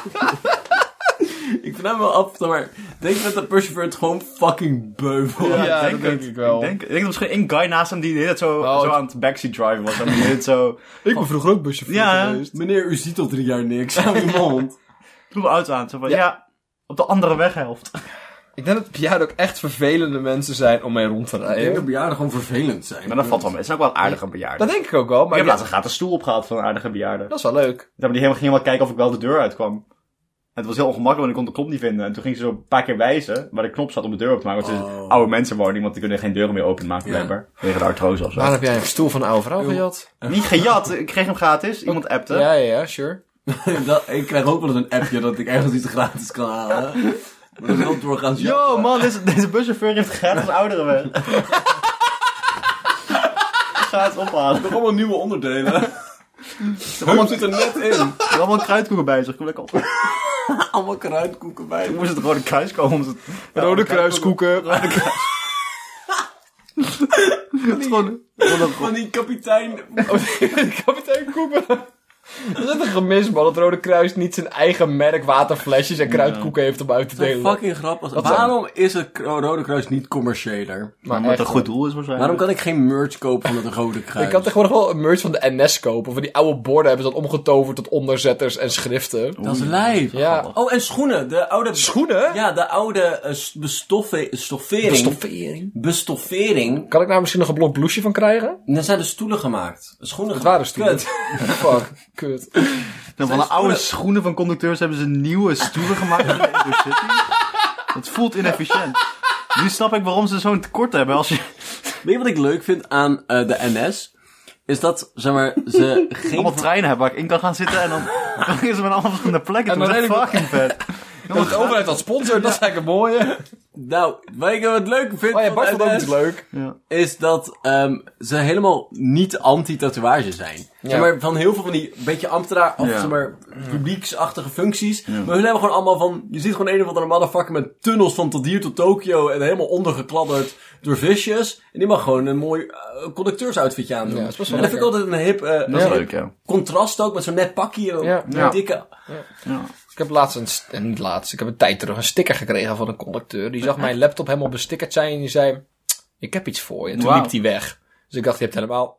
Ik vind hem wel af, zeg maar. Denk je dat de buschauffeur het gewoon fucking beu was? Ja, ik dat het. denk ik wel. Ik denk, ik denk dat er misschien één guy naast hem die de hele tijd zo, Oh, zo het- aan het backseat driven was. En die de hele tijd zo... Ik ben vroeger ook buschauffeur Ja, geweest. Meneer, u ziet al drie jaar niks. Hou je mond. Doe auto aan. Zo van, Ja. ja. op de andere weghelft. Ik denk dat bejaarden ook echt vervelende mensen zijn om mee rond te Ik denk rijden. dat bejaarden gewoon vervelend zijn. Maar dat valt wel mee. Het zijn ook wel aardige bejaarden. Dat denk ik ook wel. Ik Maar heb ik- laatst een gratis stoel opgehaald van een aardige bejaarde. dat is wel leuk. Ja, maar die helemaal, ging helemaal kijken of ik wel de deur uitkwam. En het was heel ongemakkelijk, want ik kon de knop niet vinden. En toen ging ze zo een paar keer wijzen waar de knop zat om de deur open te maken. Want het is Oh. oude mensen wonen, want die kunnen geen deuren meer openmaken, Ja. blijkbaar. Tegen de artrose of zo. Waar heb jij een stoel van een oude vrouw gejat? Niet gejat, ik kreeg hem gratis. Iemand appte. Ja, ja, ja, sure. dat, ik krijg ook wel eens een appje dat ik ergens iets gratis kan halen. Maar dat is wel doorgaans Yo jatten. man, deze, deze buschauffeur heeft gratis ouderen weg. Ik ga het ophalen. Nog allemaal nieuwe onderdelen. Allemaal zit er net in. Er zijn allemaal kruidkoeken bij zich, kom lekker op. Allemaal kruidkoeken bij. Toen moest het Rode Kruis komen. om ze- Ja, Rode kruiskoeken. Rode Kruis. Het is gewoon... Van die kapitein... Kapitein Koeken. Dat is echt een gemis, man. Dat Rode Kruis niet zijn eigen merk waterflesjes en kruidkoeken heeft om uit te Dat is delen. fucking grappig. Dat Waarom is het Rode Kruis niet commerciëler? Maar echt, met een goed hoor. doel is waarschijnlijk. Waarom kan ik geen merch kopen van het Rode Kruis? Ik kan tegenwoordig wel een merch van de N S kopen. Van die oude borden hebben ze dat omgetoverd tot onderzetters en schriften. Dat is lijf. Ja. Oh, en schoenen. De oude... Schoenen? Ja, de oude uh, s- bestoffe- stoffering. Bestoffering. Bestoffering. Kan ik daar misschien nog een blond blouseje van krijgen? En dan zijn de stoelen gemaakt. De schoenen Het gemaakt. waren stoelen. Kut. Fuck, kut. Nou, van de oude schoenen van conducteurs hebben ze nieuwe stoelen gemaakt in de Intercity. Dat voelt inefficiënt. Nu snap ik waarom ze zo'n tekort hebben. Als je... Weet je wat ik leuk vind aan uh, de N S? Is dat, zeg maar, ze geen... allemaal treinen hebben waar ik in kan gaan zitten en dan dan gaan ze met allemaal verschillende plekken En toe. Dat dan is redelijk- fucking vet. Dat de overheid dat sponsort, dat is eigenlijk een mooie. Nou, wat ik wat leuk vind Oh ja, van Bart de vond ook N iets S leuk. Ja. is dat um, ze helemaal niet anti-tatoeage zijn. Ja. Zeg maar, van heel veel van die beetje ambtenaar of Ja. zeg maar, publieksachtige functies. Maar hun hebben gewoon allemaal van... Je ziet gewoon een of andere motherfucker met tunnels van tot hier tot Tokio en helemaal ondergekladderd door visjes. En die mag gewoon een mooi uh, conducteursoutfitje aan doen. Ja, dat is best wel en dat vind ik altijd een hip, uh, Dat is een leuk, ja. contrast ook met zo'n net pakje en Ja. een Ja. dikke... ja. Ik heb laatst een, st- en niet laatst, ik heb een tijd terug een sticker gekregen van een conducteur. Die zag mijn laptop helemaal bestickerd zijn en die zei, ik heb iets voor je. En toen Wauw. liep die weg. Dus ik dacht, je hebt helemaal...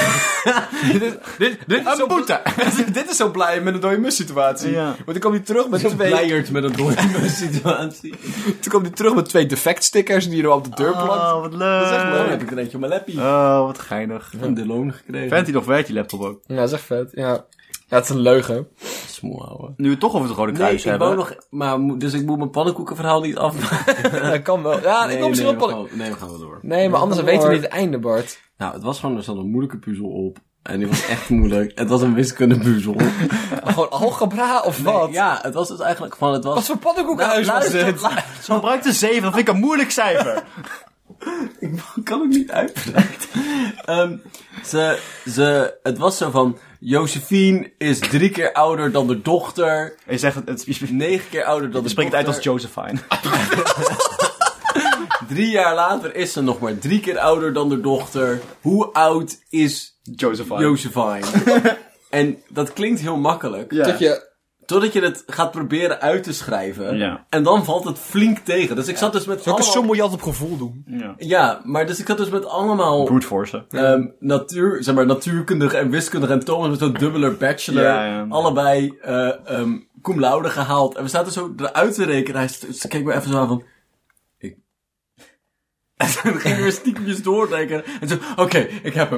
dit, is, dit, dit, is Een zo boete! dit is zo blij met een dode mus situatie. Ja. Want ik kwam niet terug met Zo twee... blijert met een dode situatie. Toen kwam hij terug met twee defect stickers die je op de deur plakt. Oh, wat leuk. Dat is echt leuk. Dan heb ik er eentje op mijn lappie. Oh, wat geinig. Van de loon gekregen. Vent die nog werkt, die laptop ook. Ja, dat is echt vet. Ja, ja het is een leugen. Smoel houden. Nu we het toch over het Rode Nee, Kruis ik hebben. wou nog... Maar, mo- dus ik moet mijn pannenkoekenverhaal niet afmaken. Dat kan wel. Ja, ik wil misschien nee, wel... we padden- gaan, nee, we gaan wel door. Nee, maar anders gaan weten we door. niet het einde, Bart. Nou, het was gewoon, er zat een moeilijke puzzel op. En die was echt moeilijk. Het was een wiskundepuzzel. Gewoon algebra of wat? Ja, het was dus eigenlijk van, het was... Wat voor pannenkoekenhuis Nou, was luister, dit? lu- Zo gebruikt een zeven, dat vind ik een moeilijk cijfer. Ik kan ook niet uitpraten. um, ze, ze, het was zo van, Josephine is drie keer ouder dan de dochter. En je zegt het, het je Negen keer ouder dan de spreekt het uit als dochter. Josephine. Drie jaar later is ze nog maar drie keer ouder dan de dochter. Hoe oud is Josephine. Josephine? En dat klinkt heel makkelijk. Ja. Dat je... Totdat je het gaat proberen uit te schrijven. Ja. En dan valt het flink tegen. Dus ik zat dus met Welke allemaal... som moet je altijd op gevoel doen? Ja. Ja, maar dus ik zat dus met allemaal... Brute force. ehm, natuur, zeg maar, natuurkundige en wiskundige en Thomas met zo'n dubbele bachelor. Ja, ja. Allebei uh, um, cum laude gehaald. En we zaten zo eruit te rekenen. Hij st- ze keek me even zo aan van... Ik... En toen gingen we stiekjes doorrekenen. En zo, oké, okay, ik heb hem.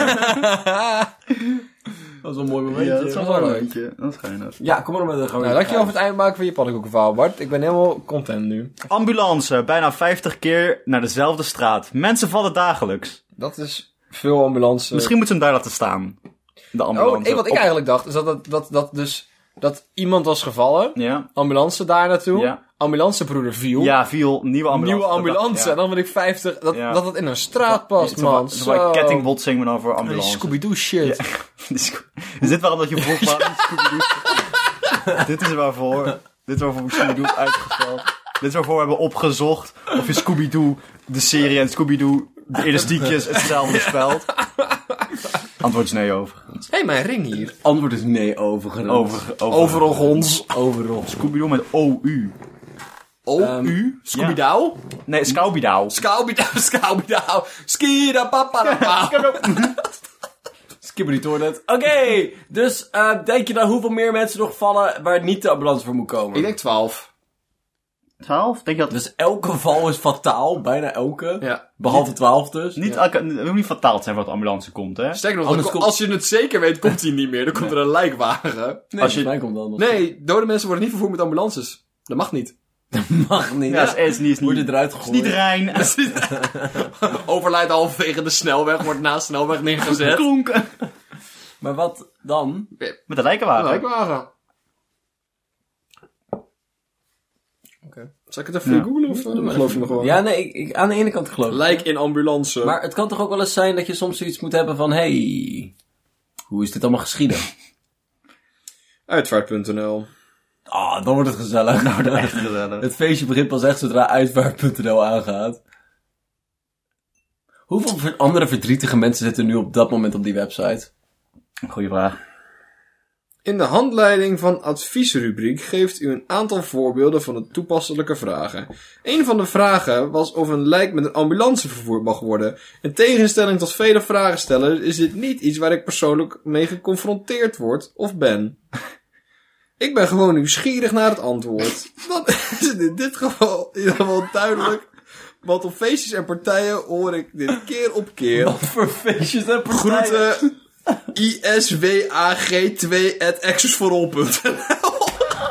Dat was een mooi momentje. Ja, dat is wel wel een leuk. momentje. Dat is geinig. Ja, kom maar met een gewoon. Nou, dankjewel voor het eindmaken van je pannenkoekenverhaal, Bart. Ik ben helemaal content nu. Ambulance, bijna vijftig keer naar dezelfde straat. Mensen vallen dagelijks. Dat is veel ambulance. Misschien moeten ze hem daar laten staan. De ambulance. Oh, ik, wat ik Op- eigenlijk dacht, is dat, dat, dat, dat dus... Dat iemand was gevallen. Ja. Ambulance daar naartoe. Ja. Ambulancebroeder viel. Ja, viel. Nieuwe ambulance. Nieuwe ambulance. Ja. En dan ben ik vijftig. Dat, Ja. dat het in een straat past, Zo- man. zo- zo- kettingbotsing, maar dan voor Die ambulance. Scooby-Doo shit. Ja. Is dit waarom dat je vroeg waarom Scooby-Doo? Dit is waarvoor. Dit is waarvoor ik Scooby-Doo heb uitgesteld. Dit is waarvoor we hebben opgezocht of je Scooby-Doo, de serie en Scooby-Doo, de elastiekjes, hetzelfde spelt. Antwoord is nee overigens. Hé, hey, mijn ring hier. Antwoord is nee, overigens. Over, over. Overal gons. Overal. Scooby-Doo met O U. O U? Scooby-Doo? Nee, Scooby-Doo. Scooby-Doo, Scooby-Doo. Skida papa. Skibbery toilet. Oké, okay, dus uh, denk je dan hoeveel meer mensen nog vallen waar niet de ambulance voor moet komen? Ik denk twaalf. twaalf? Denk je dat... Dus elke val is fataal, bijna elke. Ja. Behalve twaalf dus. Niet, elke, het moet niet fataal zijn voor het ambulance komt, hè? Sterker nog, Anders dan- komt- als je het zeker weet, komt hij niet meer. Dan komt er een lijkwagen. Nee, als je- mij komt dan nog. Nee, dode mensen worden niet vervoerd met ambulances. Dat mag niet. mag niet. Ja, is, is, niet- is Wordt niet... het eruit is gegooid. niet rein. Overlijdt halverwege de snelweg, wordt naast de snelweg neergezet. Klonken. Maar wat dan? Met de lijkenwagen. Lijkwagen. Oké. Zal ik het even Ja. googlen of uh, dan geloof je nog wel? Ja, nee, ik, ik, aan de ene kant geloof ik. Lijk in ambulance. Maar het kan toch ook wel eens zijn dat je soms zoiets moet hebben van... Hey, hoe is dit allemaal geschieden? Uitvaart punt n l. Ah, dan wordt het gezellig. Nou, dat echt gezellig. Het feestje begint pas echt zodra uitvaart punt n l aangaat. Hoeveel ver- andere verdrietige mensen zitten nu op dat moment op die website? Goeie vraag. In de handleiding van adviesrubriek geeft u een aantal voorbeelden van de toepasselijke vragen. Een van de vragen was of een lijk met een ambulance vervoerd mag worden. In tegenstelling tot vele vragenstellers is dit niet iets waar ik persoonlijk mee geconfronteerd word of ben. Ik ben gewoon nieuwsgierig naar het antwoord. Dan is het in dit geval in ieder geval duidelijk. Want op feestjes en partijen hoor ik dit keer op keer. Wat voor feestjes en partijen? Groeten I S W A G twee at access for all punt n l.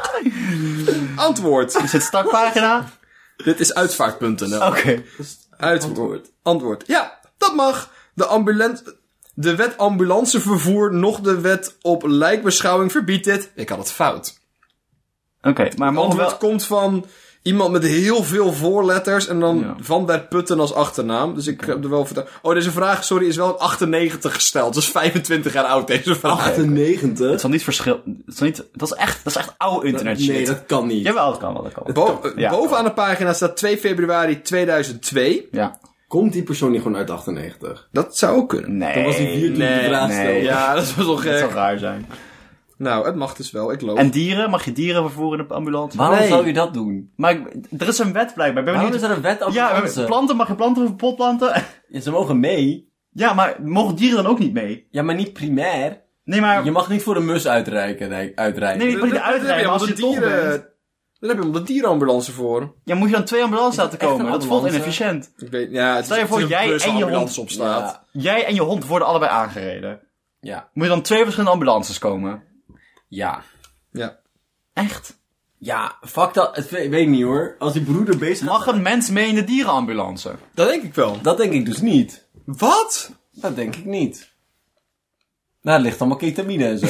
Antwoord. Is het startpagina? Dit is uitvaart punt n l. Oké. Uitwoord. Antwoord. Ja, dat mag. De ambulance... De wet ambulancevervoer, nog de wet op lijkbeschouwing verbiedt dit. Ik had het fout. Oké, maar Het mogen we antwoord wel... komt van iemand met heel veel voorletters en dan Ja. Van der Putten als achternaam. Dus ik heb er wel verteld. Oh, deze vraag, sorry, is wel in achtennegentig gesteld. Dus vijfentwintig jaar oud, deze vraag. achtennegentig? Het zal niet verschil... Het zal niet... Dat is echt, dat is echt oude internet shit. Nee, dat kan niet. Jawel, dat kan wel, dat kan wel. Bo- Ja. bovenaan de pagina staat twee februari tweeduizend twee. Ja. Komt die persoon niet gewoon uit achtennegentig? Dat zou ook kunnen. Nee. Dan was hij vier toen hij de vraag nee. stelde. Ja, dat was wel Dat gek. zou raar zijn. Nou, het mag dus wel. Ik loop. En dieren? Mag je dieren vervoeren in de ambulance? Waarom Nee. zou je dat doen? Maar ik- er is een wet blijkbaar. Ben Waarom niet... is er een wet over Ja, we ambulance? hebben planten, mag je planten voor potplanten? Ja, ze mogen mee. Ja, maar mogen dieren dan ook niet mee? Ja, maar niet primair. Nee, maar... Je mag niet voor een mus uitreiken. Nee, uitreiken. Nee, niet Dan- de dan- dan heb uitrijden, je maar als om je de toch dieren. bent. Dan heb je om de dierenambulance voor. Ja, moet je dan twee ambulances laten echt een komen? Dat voelt ambulance? inefficiënt. Ik weet, ja, het Stel je is, voor, het is een jij bus waar en je ambulance hond- op staat. Ja. Jij en je hond worden allebei aangereden. Ja. Moet je dan twee verschillende ambulances komen? Ja. Ja. Echt? Ja, fuck dat. Het, ik weet niet hoor. Als die broeder bezig Mag een mens mee in de dierenambulance? Dat denk ik wel. Dat denk ik dus niet. Wat? Dat denk ik niet. Nou, er ligt allemaal ketamine en zo.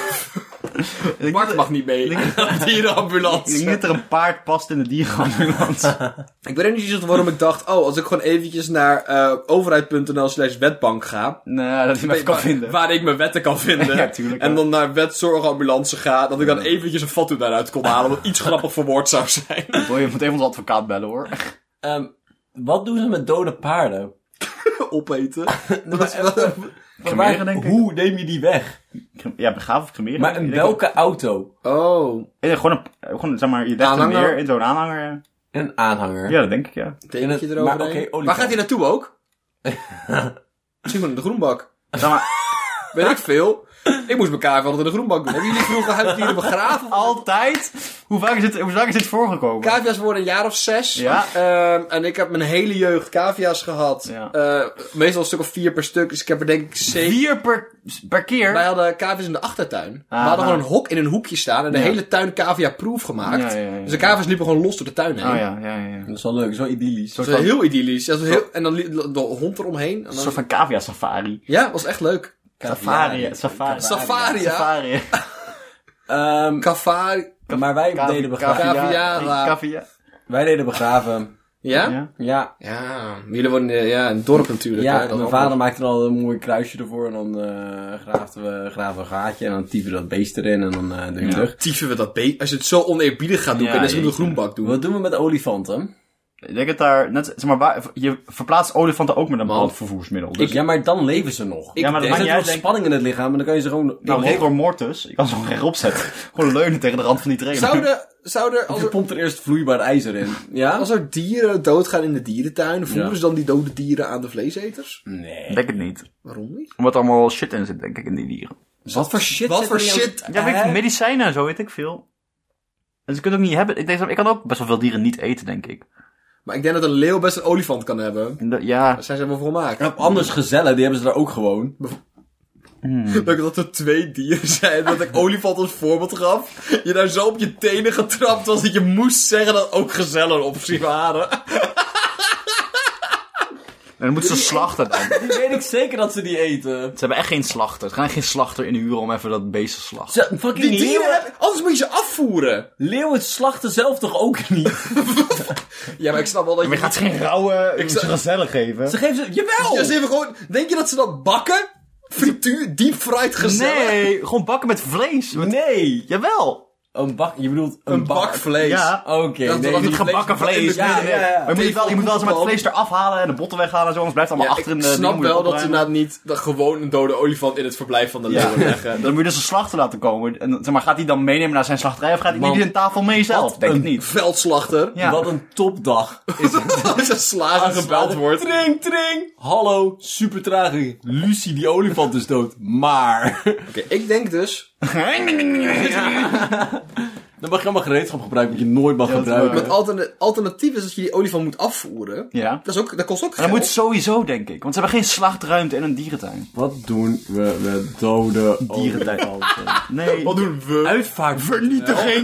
Ik Bart mag niet mee. Ik Dierenambulance. denk dat er een paard past in de dierenambulance. Ik weet ook niet precies waarom ik dacht, oh, als ik gewoon eventjes naar uh, overheid punt n l slash wetbank ga. Nee, dat hij me even kan waar, vinden. waar ik mijn wetten kan vinden. Ja, tuurlijk, en ja. dan naar wetzorgambulance ga. Dat ik dan eventjes een foto daaruit kon halen. Wat iets grappig verwoord zou zijn. Boy, je moet even onze advocaat bellen hoor. um, wat doen ze met dode paarden? Opeten. Dat is wel- Cremeren, denk ik. Hoe neem je die weg? Ja, begraven of cremeren. Maar Ik in denk welke auto? Oh. wel- Ja, gewoon, een, gewoon, zeg maar, je legt hem Aanhanger? neer in zo'n aanhanger. Ja. Een aanhanger. Ja, dat denk ik, ja. Tekentje Maar, erover. oké, olifant. Waar gaat hij naartoe ook? Misschien wel in de groenbak. Zeg maar, Weet ik veel. Ik moest mijn kaart altijd in de groenbak doen. Hebben jullie vroeger huisdieren begraven? altijd. Hoe vaak is dit, hoe vaak is dit voorgekomen? Cavia's worden een jaar of zes. Ja. Ehm, en ik heb mijn hele jeugd cavia's gehad. Ja. Eh, meestal een stuk of vier per stuk. Dus ik heb er denk ik zeven. Vier per, per keer? Wij hadden cavia's in de achtertuin. Aha. We hadden gewoon een hok in een hoekje staan. En de Ja. hele tuin cavia-proof gemaakt. Ja, ja, ja, ja. Dus de cavia's liepen gewoon los door de tuin heen. Oh ja, ja, ja. ja. Dat is wel leuk, zo idyllisch. Dat was heel idyllisch. Dat was heel, en dan liep de hond eromheen. En Een dan, soort van cavia safari. ja, dat was echt leuk. Safari, safari. Safari, ja. Safari. Um, Cafari. maar wij Cavi- deden begraven. Caviara. Cavia. Wij deden begraven. Ja? Ja. Ja. Ja. Jullie wonen in, ja, in het dorp natuurlijk. Ja, hè, en dat mijn is vader maakte dan al een mooi kruisje ervoor. En dan uh, graafden we, graven we een gaatje. En dan typen we dat beest erin. En dan uh, doe je hem terug. Tyfen we dat beest. Als je het zo oneerbiedig gaat doen, Ja, kun je net zo goed jeetje. een groenbak doen. Wat doen we met olifanten? Ik denk dat daar, net, zeg maar, waar, je verplaatst olifanten ook met een bepaald vervoersmiddel. Dus, Ja, maar dan leven ze nog. Ik ja, maar dat denk- maakt Er niet zit uit, wel denk spanning in het lichaam. En dan kan je ze gewoon... nou, ik rigor mortis, je kan ze gewoon rechtop zetten. Gewoon leunen tegen de rand van die trailer. Zouden, zouden, als je er, pompt er eerst vloeibaar ijzer in. Ja? als er dieren doodgaan in de dierentuin, voeren Ja. ze dan die dode dieren aan de vleeseters? Nee. Ik denk het niet. Waarom niet? Omdat er allemaal shit in zit, denk ik, in die dieren. Wat voor shit Wat zit voor er in jouw- shit? Ja, weet ik, Hè? medicijnen en zo, weet ik veel. En ze kunnen ook niet hebben. Ik, denk, ik kan ook best wel veel dieren niet eten, denk ik. Maar ik denk dat een leeuw best een olifant kan hebben. En de- ja, Daar zijn ze wel voor gemaakt. Ja, anders gezellen, die hebben ze daar ook gewoon. Dat, dat er twee dieren zijn, dat ik olifant als voorbeeld gaf. Je daar zo op je tenen getrapt was dat je moest zeggen dat ook gezellen op zich waren. en dan moeten ze slachten dan. Die weet ik zeker dat ze die eten. Ze hebben echt geen slachter. Ze gaan geen slachter inhuren om even dat beest te slachten. Ze, fucking Die dieren leeuwen, hebben, anders moet je ze afvoeren. leeuwen slachten zelf toch ook niet? Ja, maar ik snap wel dat je... Maar je gaat ze geen rauwe Ik ze zou- gazellen geven. Ze geven ze... Jawel! Ja, ze hebben gewoon... Denk je dat ze dat bakken? Frituur, deep fried gezellen? Nee, gewoon bakken met vlees. Met- Nee! Jawel. Een bak, je bedoelt een, Een bak vlees. Ja. Oké, Dat- nee, dat- Je niet doet gebakken vlees. Ja, ja, ja. Maar je moet, wel, je moet wel eens met het vlees eraf halen en de botten weghalen en zo, anders blijft het allemaal Ja, achter in ik de... snap dingen moet je wel dat ze opruimen. inderdaad niet dat gewoon een dode olifant in het verblijf van de Ja. leeuwen leggen. Dan moet je dus een slachter laten komen. En zeg maar, gaat hij dan meenemen naar zijn slachterij of gaat hij Man, niet een tafel mee zelf? Denk ik Een niet. veldslachter. Ja. Wat een topdag. Als een slager gebeld wordt. Tring, tring. Hallo, super tragisch. Lucie, die olifant is dood. Maar... Oké, ik denk dus... Dan mag je allemaal gereedschap gebruiken dat je nooit mag Ja, dat is gebruiken. Het alterna- alternatief is dat je die olifant moet afvoeren. Ja. Dat, is ook, dat kost ook En dat geld. moet sowieso, denk ik. Want ze hebben geen slachtruimte in een dierentuin. Wat doen we met dode Dierentuin. olifanten? Nee. Wat doen we? Uitvaart. Vernietiging.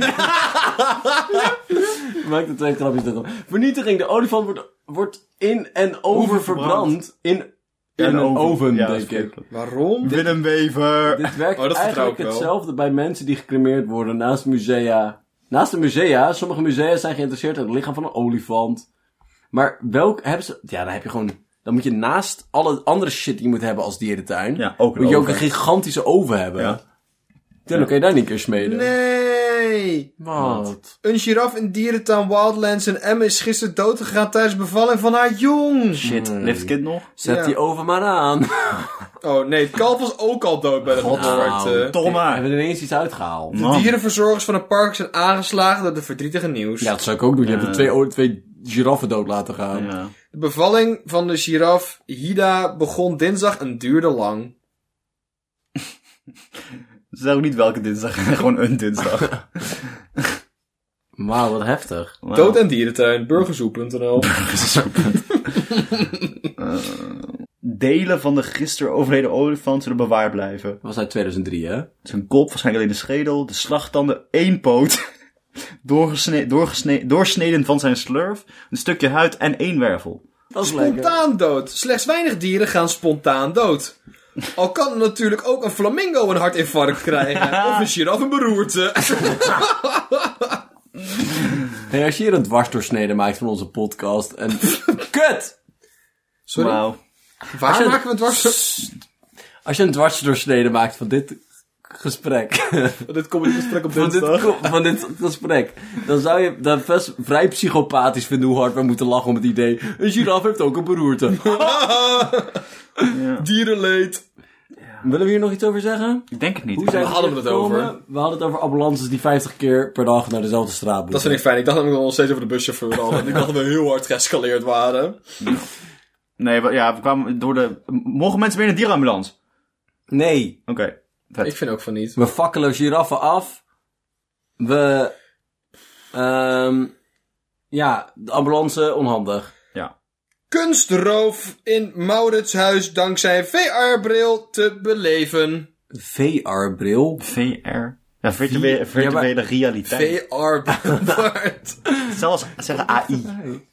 Maak er twee grapjes net op. Vernietiging. De olifant wordt, wordt in en over verbrand. In, in Ja, een een oven, oven. Ja, denk dat is ik. Waarom? Willem Wever. Dit werkt Oh, dat vertrouw eigenlijk ik wel. hetzelfde bij mensen die gecremeerd worden naast musea. Naast de musea, sommige musea zijn geïnteresseerd in het lichaam van een olifant. Maar welk hebben ze... Ja, dan heb je gewoon... Dan moet je naast alle andere shit die je moet hebben als dierentuin... Ja, ook een moet je ook oven. een gigantische oven hebben. Ja. Ja, dan kun je daar niet een keer smeden. Nee! Wat? Een giraf in dierentuin Wildlands in Emmen is gisteren doodgegaan tijdens de bevalling van haar jong. Shit, leeft het kind nog? Zet Ja. die oven maar aan. Oh nee, het kalf was ook al dood bij de geboorte. Toch maar. Hebben we er ineens iets uitgehaald? De Man. dierenverzorgers van het park zijn aangeslagen door de verdrietige nieuws. Ja, dat zou ik ook doen. Je hebt er twee, o- twee giraffen dood laten gaan. Ja. De bevalling van de giraf Hida begon dinsdag en duurde lang. Ze zeggen ook niet welke dinsdag. Gewoon een dinsdag. Wauw, wat heftig. Wow. Dood en dierentuin, burgerzoek punt n l. Uh, delen van de gisteren overleden olifant zullen bewaard blijven. Dat was uit tweeduizend drie, hè? Zijn kop, waarschijnlijk alleen de schedel, de slagtanden, één poot. Doorgesne doorgesne doorsneden van zijn slurf, een stukje huid en één wervel. Dat is lekker. Spontaan dood. Slechts weinig dieren gaan spontaan dood. Al kan er natuurlijk ook een flamingo een hartinfarct krijgen. Of een giraf een beroerte. Hey, als je hier een dwarsdoorsnede maakt van onze podcast en... Kut! Sorry, Wauw. waar Als je- maken we het dwars? Als je een dwarsdoorsnede maakt van dit gesprek... Dit komt in het gesprek op van, dit, dinsdag. ko- van dit gesprek... Dan zou je dat best vrij psychopathisch vinden hoe hard we moeten lachen om het idee... Een giraf heeft ook een beroerte. Dierenleed. Willen we hier nog iets over zeggen? Ik denk het niet. Hoe zijn Waar hadden we het gekomen? over? We hadden het over ambulances die vijftig keer per dag naar dezelfde straat moeten. Dat vind ik fijn. Ik dacht dat we nog steeds over de buschauffeur hadden. Ik dacht dat we heel hard geëscaleerd waren. Nee, we, ja, we kwamen door de... Mogen mensen weer in de dierenambulance? Nee. Oké. Vet. Ik vind ook van niet. We fakkelen giraffen af. We... ehm ja, de ambulance onhandig. Ja. Kunstroof in Mauritshuis dankzij V R-bril te beleven. V R-bril. V R. Ja, virtuele, Ja, virtuele maar- realiteit. V R-billboard. Zelfs zeggen A I.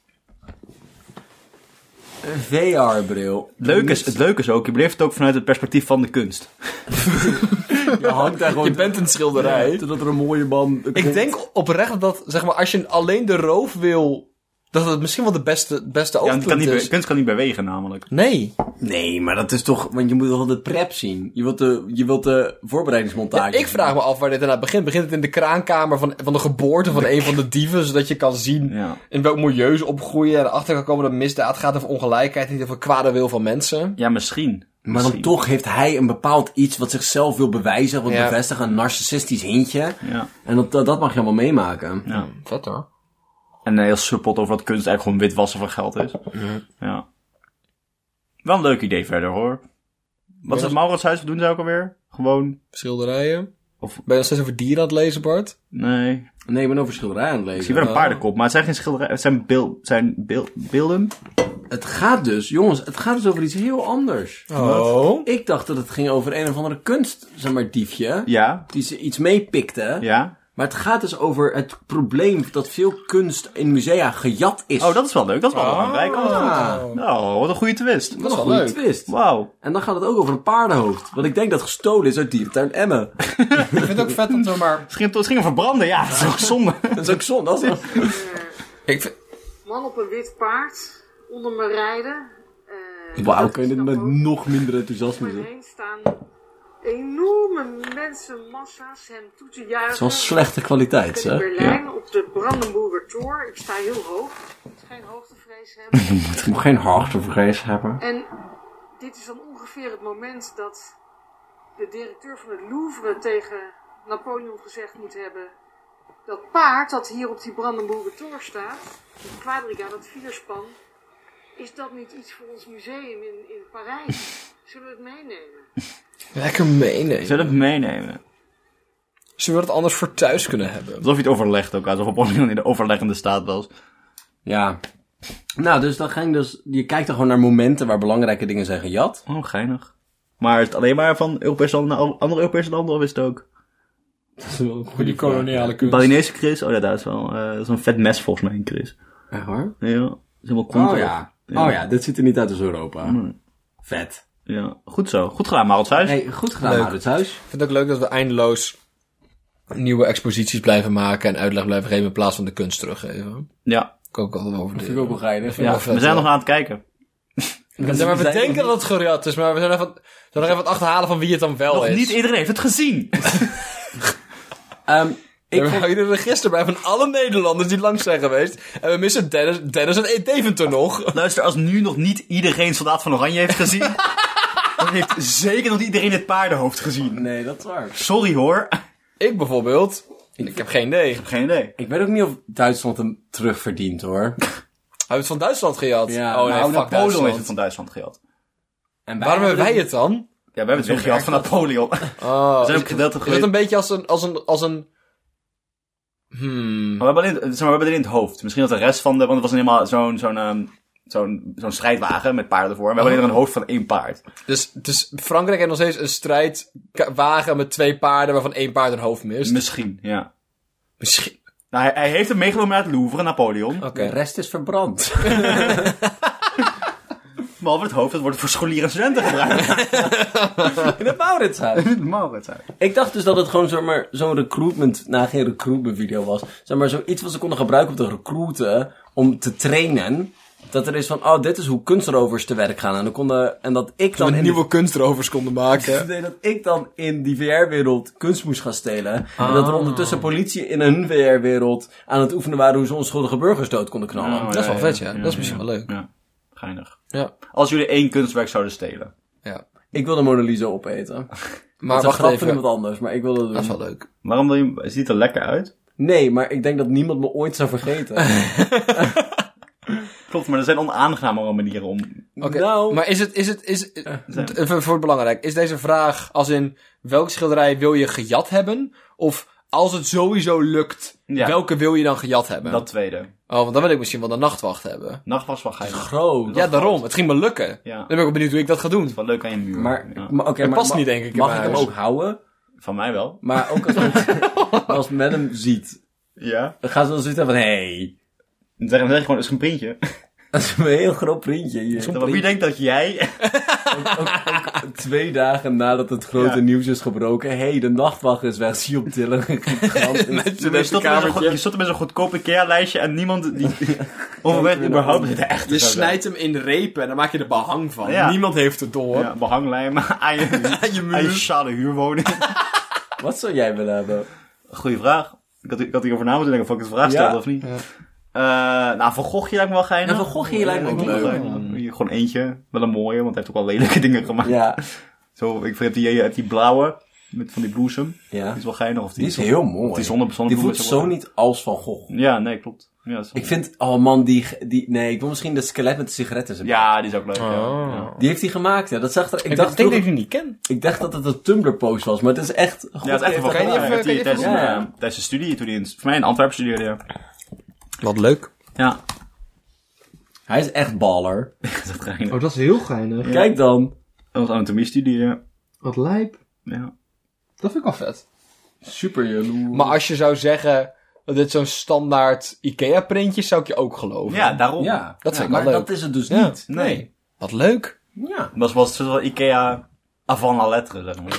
V R-bril. Leuk is, het leuke is ook, je beleeft het ook vanuit het perspectief van de kunst. Je hangt daar gewoon... Je bent een schilderij. Totdat er een mooie man... Ik denk oprecht dat, zeg maar, als je alleen de roof wil, dat het misschien wel de beste, beste Ja, want het kan oogpunt niet, is. be- kunst kan niet bewegen namelijk. Nee. Nee, maar dat is toch... Want je moet wel de prep zien. Je wilt de, je wilt de voorbereidingsmontage Ja, ik vraag me af waar dit inderdaad begint. Begint het in de kraankamer van, van de geboorte van een van de dieven, zodat je kan zien Ja. in welk milieu ze opgroeien en erachter kan komen dat misdaad gaat over ongelijkheid, niet over kwade wil van mensen. Ja, misschien. Maar dan toch heeft hij een bepaald iets wat zichzelf wil bewijzen, wil Ja. bevestigen, een narcistisch hintje. Ja. En dat, dat, dat mag je allemaal meemaken. Ja. Vet hoor. En heel suppelt over dat kunst eigenlijk gewoon witwassen van geld is. Ja. Wel een leuk idee verder hoor. Wat is het Mauritshuis? Wat doen ze ook alweer? Gewoon... Schilderijen. Of- Ben je nog steeds over dieren aan het lezen, Bart? Nee. Nee, ik ben over schilderij aan het Ik lezen. zie weer een paardenkop, maar het zijn geen schilderijen. Het zijn, beeld, het zijn beeld, beelden. Het gaat dus, jongens, het gaat dus over iets heel anders. Oh. Ik dacht dat het ging over een of andere kunst, zeg maar, diefje. Ja. Die ze iets meepikte. Ja. Maar het gaat dus over het probleem dat veel kunst in musea gejat is. Oh, dat is wel leuk. Dat is wel belangrijk. Ah. Oh, wat een goede twist. dat is wel een goede leuk. twist. Wauw. En dan gaat het ook over een paardenhoofd. Wat ik denk dat gestolen is uit dierentuin Emmen. Ik vind het ook vet om zomaar... Het ging, het ging om verbranden, ja. Dat is toch zonde. Dat is ook zonde. Dat is Ik vind... Man op een wit paard, onder me rijden. Eh, Wauw, kun je dit met nog minder enthousiasme om me zeggen? heen staan enorme mensenmassa's hem toe te juichen. Het is wel slechte kwaliteit, Ik ben hè? in Berlijn op de Brandenburger Tor. Ik sta heel hoog. Ik moet geen hoogtevrees hebben. Ik moet geen hoogtevrees hebben. En dit is dan ongeveer het moment dat de directeur van het Louvre tegen Napoleon gezegd moet hebben: dat paard dat hier op die Brandenburger Tor staat, die quadriga, dat vierspan, is dat niet iets voor ons museum in, in Parijs? Zullen we het meenemen? Lekker meenemen. Zullen we het meenemen? Zullen we het anders voor thuis kunnen hebben? Alsof je het overlegt ook, alsof Napoleon in de overleggende staat was. Ja. Nou, dus dan ging dus... Je kijkt er gewoon naar momenten waar belangrijke dingen zijn gejat. Oh, geinig. Maar is het alleen maar van Europese landen naar andere Europese landen, of is het ook... Voor die koloniale kunst. Balinese Chris? Oh ja, daar is wel uh, zo'n vet mes volgens mij in Chris. Echt waar? Ja, dat is helemaal kont. Oh ja. Oh ja, dit ziet er niet uit als Europa. Nee. Vet. Ja, goed zo. Goed gedaan, Mauritshuis. Hey, goed gedaan, Leuk. Mauritshuis. Ik vind het ook leuk dat we eindeloos nieuwe exposities blijven maken en uitleg blijven geven in plaats van de kunst teruggeven. Ja. Ik ook altijd over Dat vind ik ook wel geinig. ja. vet, We zijn ja. nog aan het kijken. Ja, maar we denken dat het gejat is, maar we zijn even, we zijn nog even aan het achterhalen van wie het dan wel Nog is. niet iedereen heeft het gezien. Um, Ik ik we houden een register bij van alle Nederlanders die langs zijn geweest. En we missen Dennis, Dennis en Deventer nog. Luister, als nu nog niet iedereen Soldaat van Oranje heeft gezien, dan heeft zeker nog niet iedereen het paardenhoofd gezien. Nee, dat is waar. Sorry hoor. Ik bijvoorbeeld. Ik heb geen idee. Geen idee. Ik weet ook niet of Duitsland hem terugverdient, hoor. Hij heeft het van Duitsland gejat. Ja, oh nee, Nou, fuck Napoleon Duitsland. heeft het van Duitsland gehad. En Waarom hebben wij dit- het dan? Ja, we hebben het weer gehad van Napoleon. Oh, We zijn is, ook gedeeltelijk is dat geweest. een beetje als een... Als een, als een hmm. Maar we hebben alleen, zeg maar, we hebben het in het hoofd. Misschien dat de rest van de, want het was helemaal zo'n, zo'n, um, zo'n, zo'n strijdwagen met paarden ervoor. En we hebben alleen een hoofd van één paard. Dus, dus Frankrijk heeft nog steeds een strijdwagen met twee paarden waarvan één paard een hoofd mist. Misschien, ja. Misschien. Nou, hij, hij heeft hem meegenomen naar het Louvre, Napoleon. Oké. De rest is verbrand. Behalve het hoofd, dat wordt voor scholieren en studenten gebruikt. In het Mauritshuis. Mauritshuis. Ik dacht dus dat het gewoon zomaar zo'n recruitment, nou geen recruitment video was. Zeg maar zoiets wat ze konden gebruiken om te recruiten, om te trainen. Dat er is van, oh, dit is hoe kunstrovers te werk gaan. En dan konden, en dat ik dan Dan in nieuwe de, kunstrovers konden maken. nee, dat ik dan in die V R-wereld kunst moest gaan stelen. En dat er ondertussen politie in hun V R-wereld aan het oefenen waren hoe ze onschuldige burgers dood konden knallen. Oh, Dat is wel ja, vet, ja. ja. Ja, Dat is misschien ja. wel leuk. Ja, geinig. Ja. Als jullie één kunstwerk zouden stelen. Ja. Ik wil de Mona Lisa opeten. Maar Maar wacht grap van even. iemand anders, maar ik wil dat doen. Dat is wel leuk. Waarom wil je, ziet het er lekker uit? Nee, maar ik denk dat niemand me ooit zou vergeten. Klopt, maar er zijn onaangenamere manieren om... Oké, Nou- maar is het, is het, is, even voor het belangrijk, is deze vraag als in, welke schilderij wil je gejat hebben? Of als het sowieso lukt, Ja. welke wil je dan gejat hebben? Dat tweede. Oh, want dan wil ik misschien wel de nachtwacht hebben. Nacht was wel geinig. Groot. Ja, daarom. Het ging me lukken. Ja. Dan ben ik ook benieuwd hoe ik dat ga doen. Wel leuk aan je muur. Maar, Ja. maar oké, Het maar past ma- niet, denk ik, in Mag mijn ik hem huis. ook houden? Van mij wel. Maar ook als, als men hem ziet, Ja. dan gaan ze dan zitten van, hé, hey, Dan zeg dan zeg je gewoon, het is een printje. dat is een heel groot printje. Hier. Maar wie denkt dat jij... Twee dagen nadat het grote Ja. nieuws is gebroken, hé, hey, de nachtwacht is weg, zie je op Telegram. Je stond met zo'n goed- je stond met zo'n goedkoop IKEA-lijstje en niemand die... Overweg überhaupt zit er echt. Je snijdt hem in repen en dan maak je er behang van. Ja. Niemand heeft het door. Ja, behanglijm aan je, Aan je muur. aan je sociale huurwoning. Wat zou jij willen hebben? Goeie vraag. Ik had, ik had hierover na moeten denken of ik het vraag stelde Ja. of niet. Eh, nou, Van Gogh lijkt me wel geinig. Ja, Van Gogh lijkt me ook Ja, leuk. Hier gewoon eentje. Wel een mooie, want hij heeft ook wel lelijke dingen gemaakt. Ja, Zo, ik heb die, heb die blauwe, met van die bloesem. ja. Die is wel geinig. Of die, Die is heel Of mooi. die zonne, Die zonnebloem voelt is ook zo wel- niet als Van Gogh. Ja, nee, klopt. Ja, dat is- Ik vind, oh man, die, die, nee, ik wil misschien de skelet met de sigaretten zijn. ja, die is ook leuk. Oh. Ja. Ja. Die heeft hij gemaakt, ja. Dat zag er, ik, Ik dacht dacht, denk dat vroeger- ik die niet ken. ik dacht dat het een Tumblr-post was, maar het is echt... Ja, het is echt wel Kan je grappig. even- Heeft kan je hij even tijdens, doen? een, Ja. eh, tijdens de studie, toen hij in, voor mij in Antwerpen studeerde, ja. Wat leuk. Ja, Hij is echt baller. dat is echt geinig. Oh, dat is heel geinig. Kijk dan. Dat was anatomie-studie, ja. Wat lijp. Ja. Dat vind ik wel vet. Super jaloers. Maar als je zou zeggen dat dit zo'n standaard IKEA-printje is, zou ik je ook geloven. Ja, daarom. Ja, Dat vind ik maar wel leuk. dat is het dus Ja. niet. Nee. Wat leuk. Ja. Dat was, was het wel Ikea avant la lettre, zeg maar.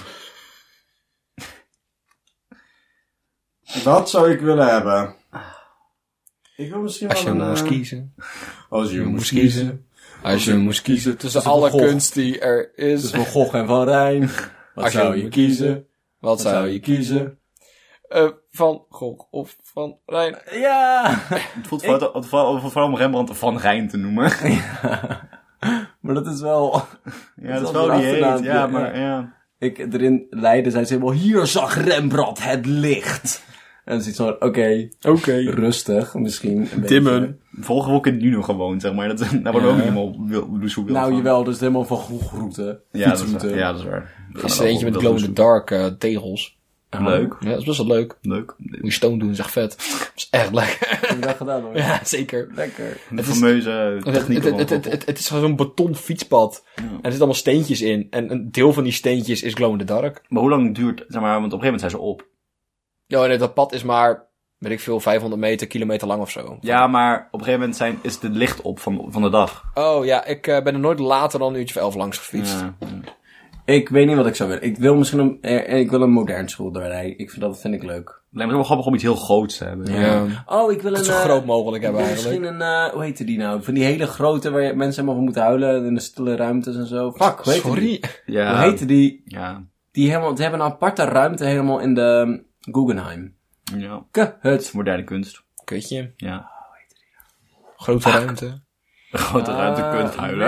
Wat zou ik willen hebben? Ik wil misschien Als je wel hem een... moest eh, kiezen. Als je hem moest kiezen. kiezen. Als je hem moest kiezen tussen Tussen alle Van Gogh. kunst die er is. Tussen Van Gogh en Van Rijn. Wat Als zou je je moet kiezen? kiezen, wat zou je kiezen? Uh, van Gogh of van Rijn? Ja! Het voelt vooral, het vooral, vooral om Rembrandt van Rijn te noemen. Maar dat is wel... Ja, dat is wel die heet. Ja, maar ja. Ik, erin Leiden zei ze helemaal, hier zag Rembrandt het licht. En dan zit zo, oké, okay, Oké. rustig, misschien een Dimmen. beetje. Volgen we ook in Nuno gewoon, zeg maar. Dat, daar worden we ook niet helemaal wil, dus hoe wil Nou, van. jawel, dus helemaal van Gogh-route. Ja, dat is waar. Ja, dat is waar. Er is er eentje met glow in the dark uh, tegels. Leuk. Ja, dat is best wel leuk. Leuk. Moet je stone doen, is echt vet. Dat is echt lekker. Heb je dat gedaan hoor? Ja, zeker. Lekker. De fameuze techniek. Het, het, het, het, het is zo'n beton fietspad. Ja. En er zitten allemaal steentjes in. En een deel van die steentjes is glow in the dark. Maar hoe lang duurt, zeg maar, want op een gegeven moment zijn ze op. Ja, nee, dat pad is maar, weet ik veel, vijfhonderd meter, kilometer lang of zo. Ja, maar op een gegeven moment zijn, is het licht op van, van de dag. Oh ja, ik uh, ben er nooit later dan een uurtje of elf langs gefietst. Ja, ja. Ik weet niet wat ik zou willen. Ik wil misschien een, eh, ik wil een modern schilderij. Ik vind dat vind ik leuk. Lijkt me wel grappig om iets heel groots te hebben. Ja. Ja. Oh, ik wil een... Het zo uh, groot mogelijk hebben eigenlijk. Misschien een, uh, hoe heette die nou? Van die hele grote waar je mensen helemaal van moeten huilen in de stille ruimtes en zo. Fuck, hoe heette die? Ja. Hoe heette die? Ja. Die helemaal, ze hebben een aparte ruimte helemaal in de um, Guggenheim. Ja. Kut. Moderne kunst. Kutje. Ja. Grote ruimte. Een grote uh, ruimte kunt huilen.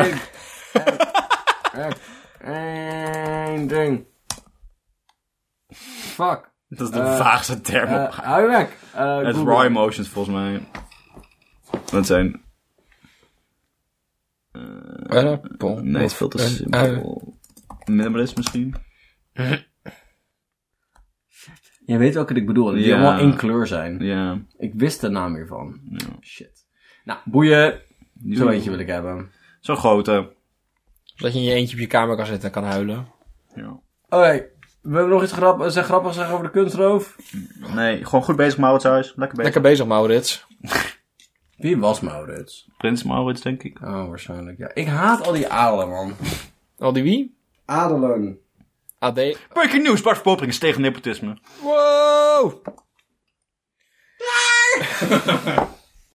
Eén ding. Fuck. Dat is de Uh, vaagste term. Uh, op hou je weg. Uh, Het is raw emotions volgens mij. Dat zijn... Uh, nee, het is veel te simpel. Minimalist misschien. Je weet welke ik bedoel. Die Ja. allemaal één kleur zijn. Ja. Ik wist de naam hiervan. Ja. Shit. Nou, boeien. Zo eentje wil ik hebben. Zo'n grote. Zodat je in je eentje op je kamer kan zitten en kan huilen. Ja. Oké. Okay. We hebben nog iets grap zeg, grappigs zeggen over de kunstroof. Nee, gewoon goed bezig Mauritshuis. Lekker bezig. Lekker bezig, Maurits. Wie was Maurits? Prins Maurits, denk ik. Oh, waarschijnlijk, ja. Ik haat al die adelen, man. Al die wie? Adelen. A D. Breaking news. Bart Popering is tegen nepotisme. Wow!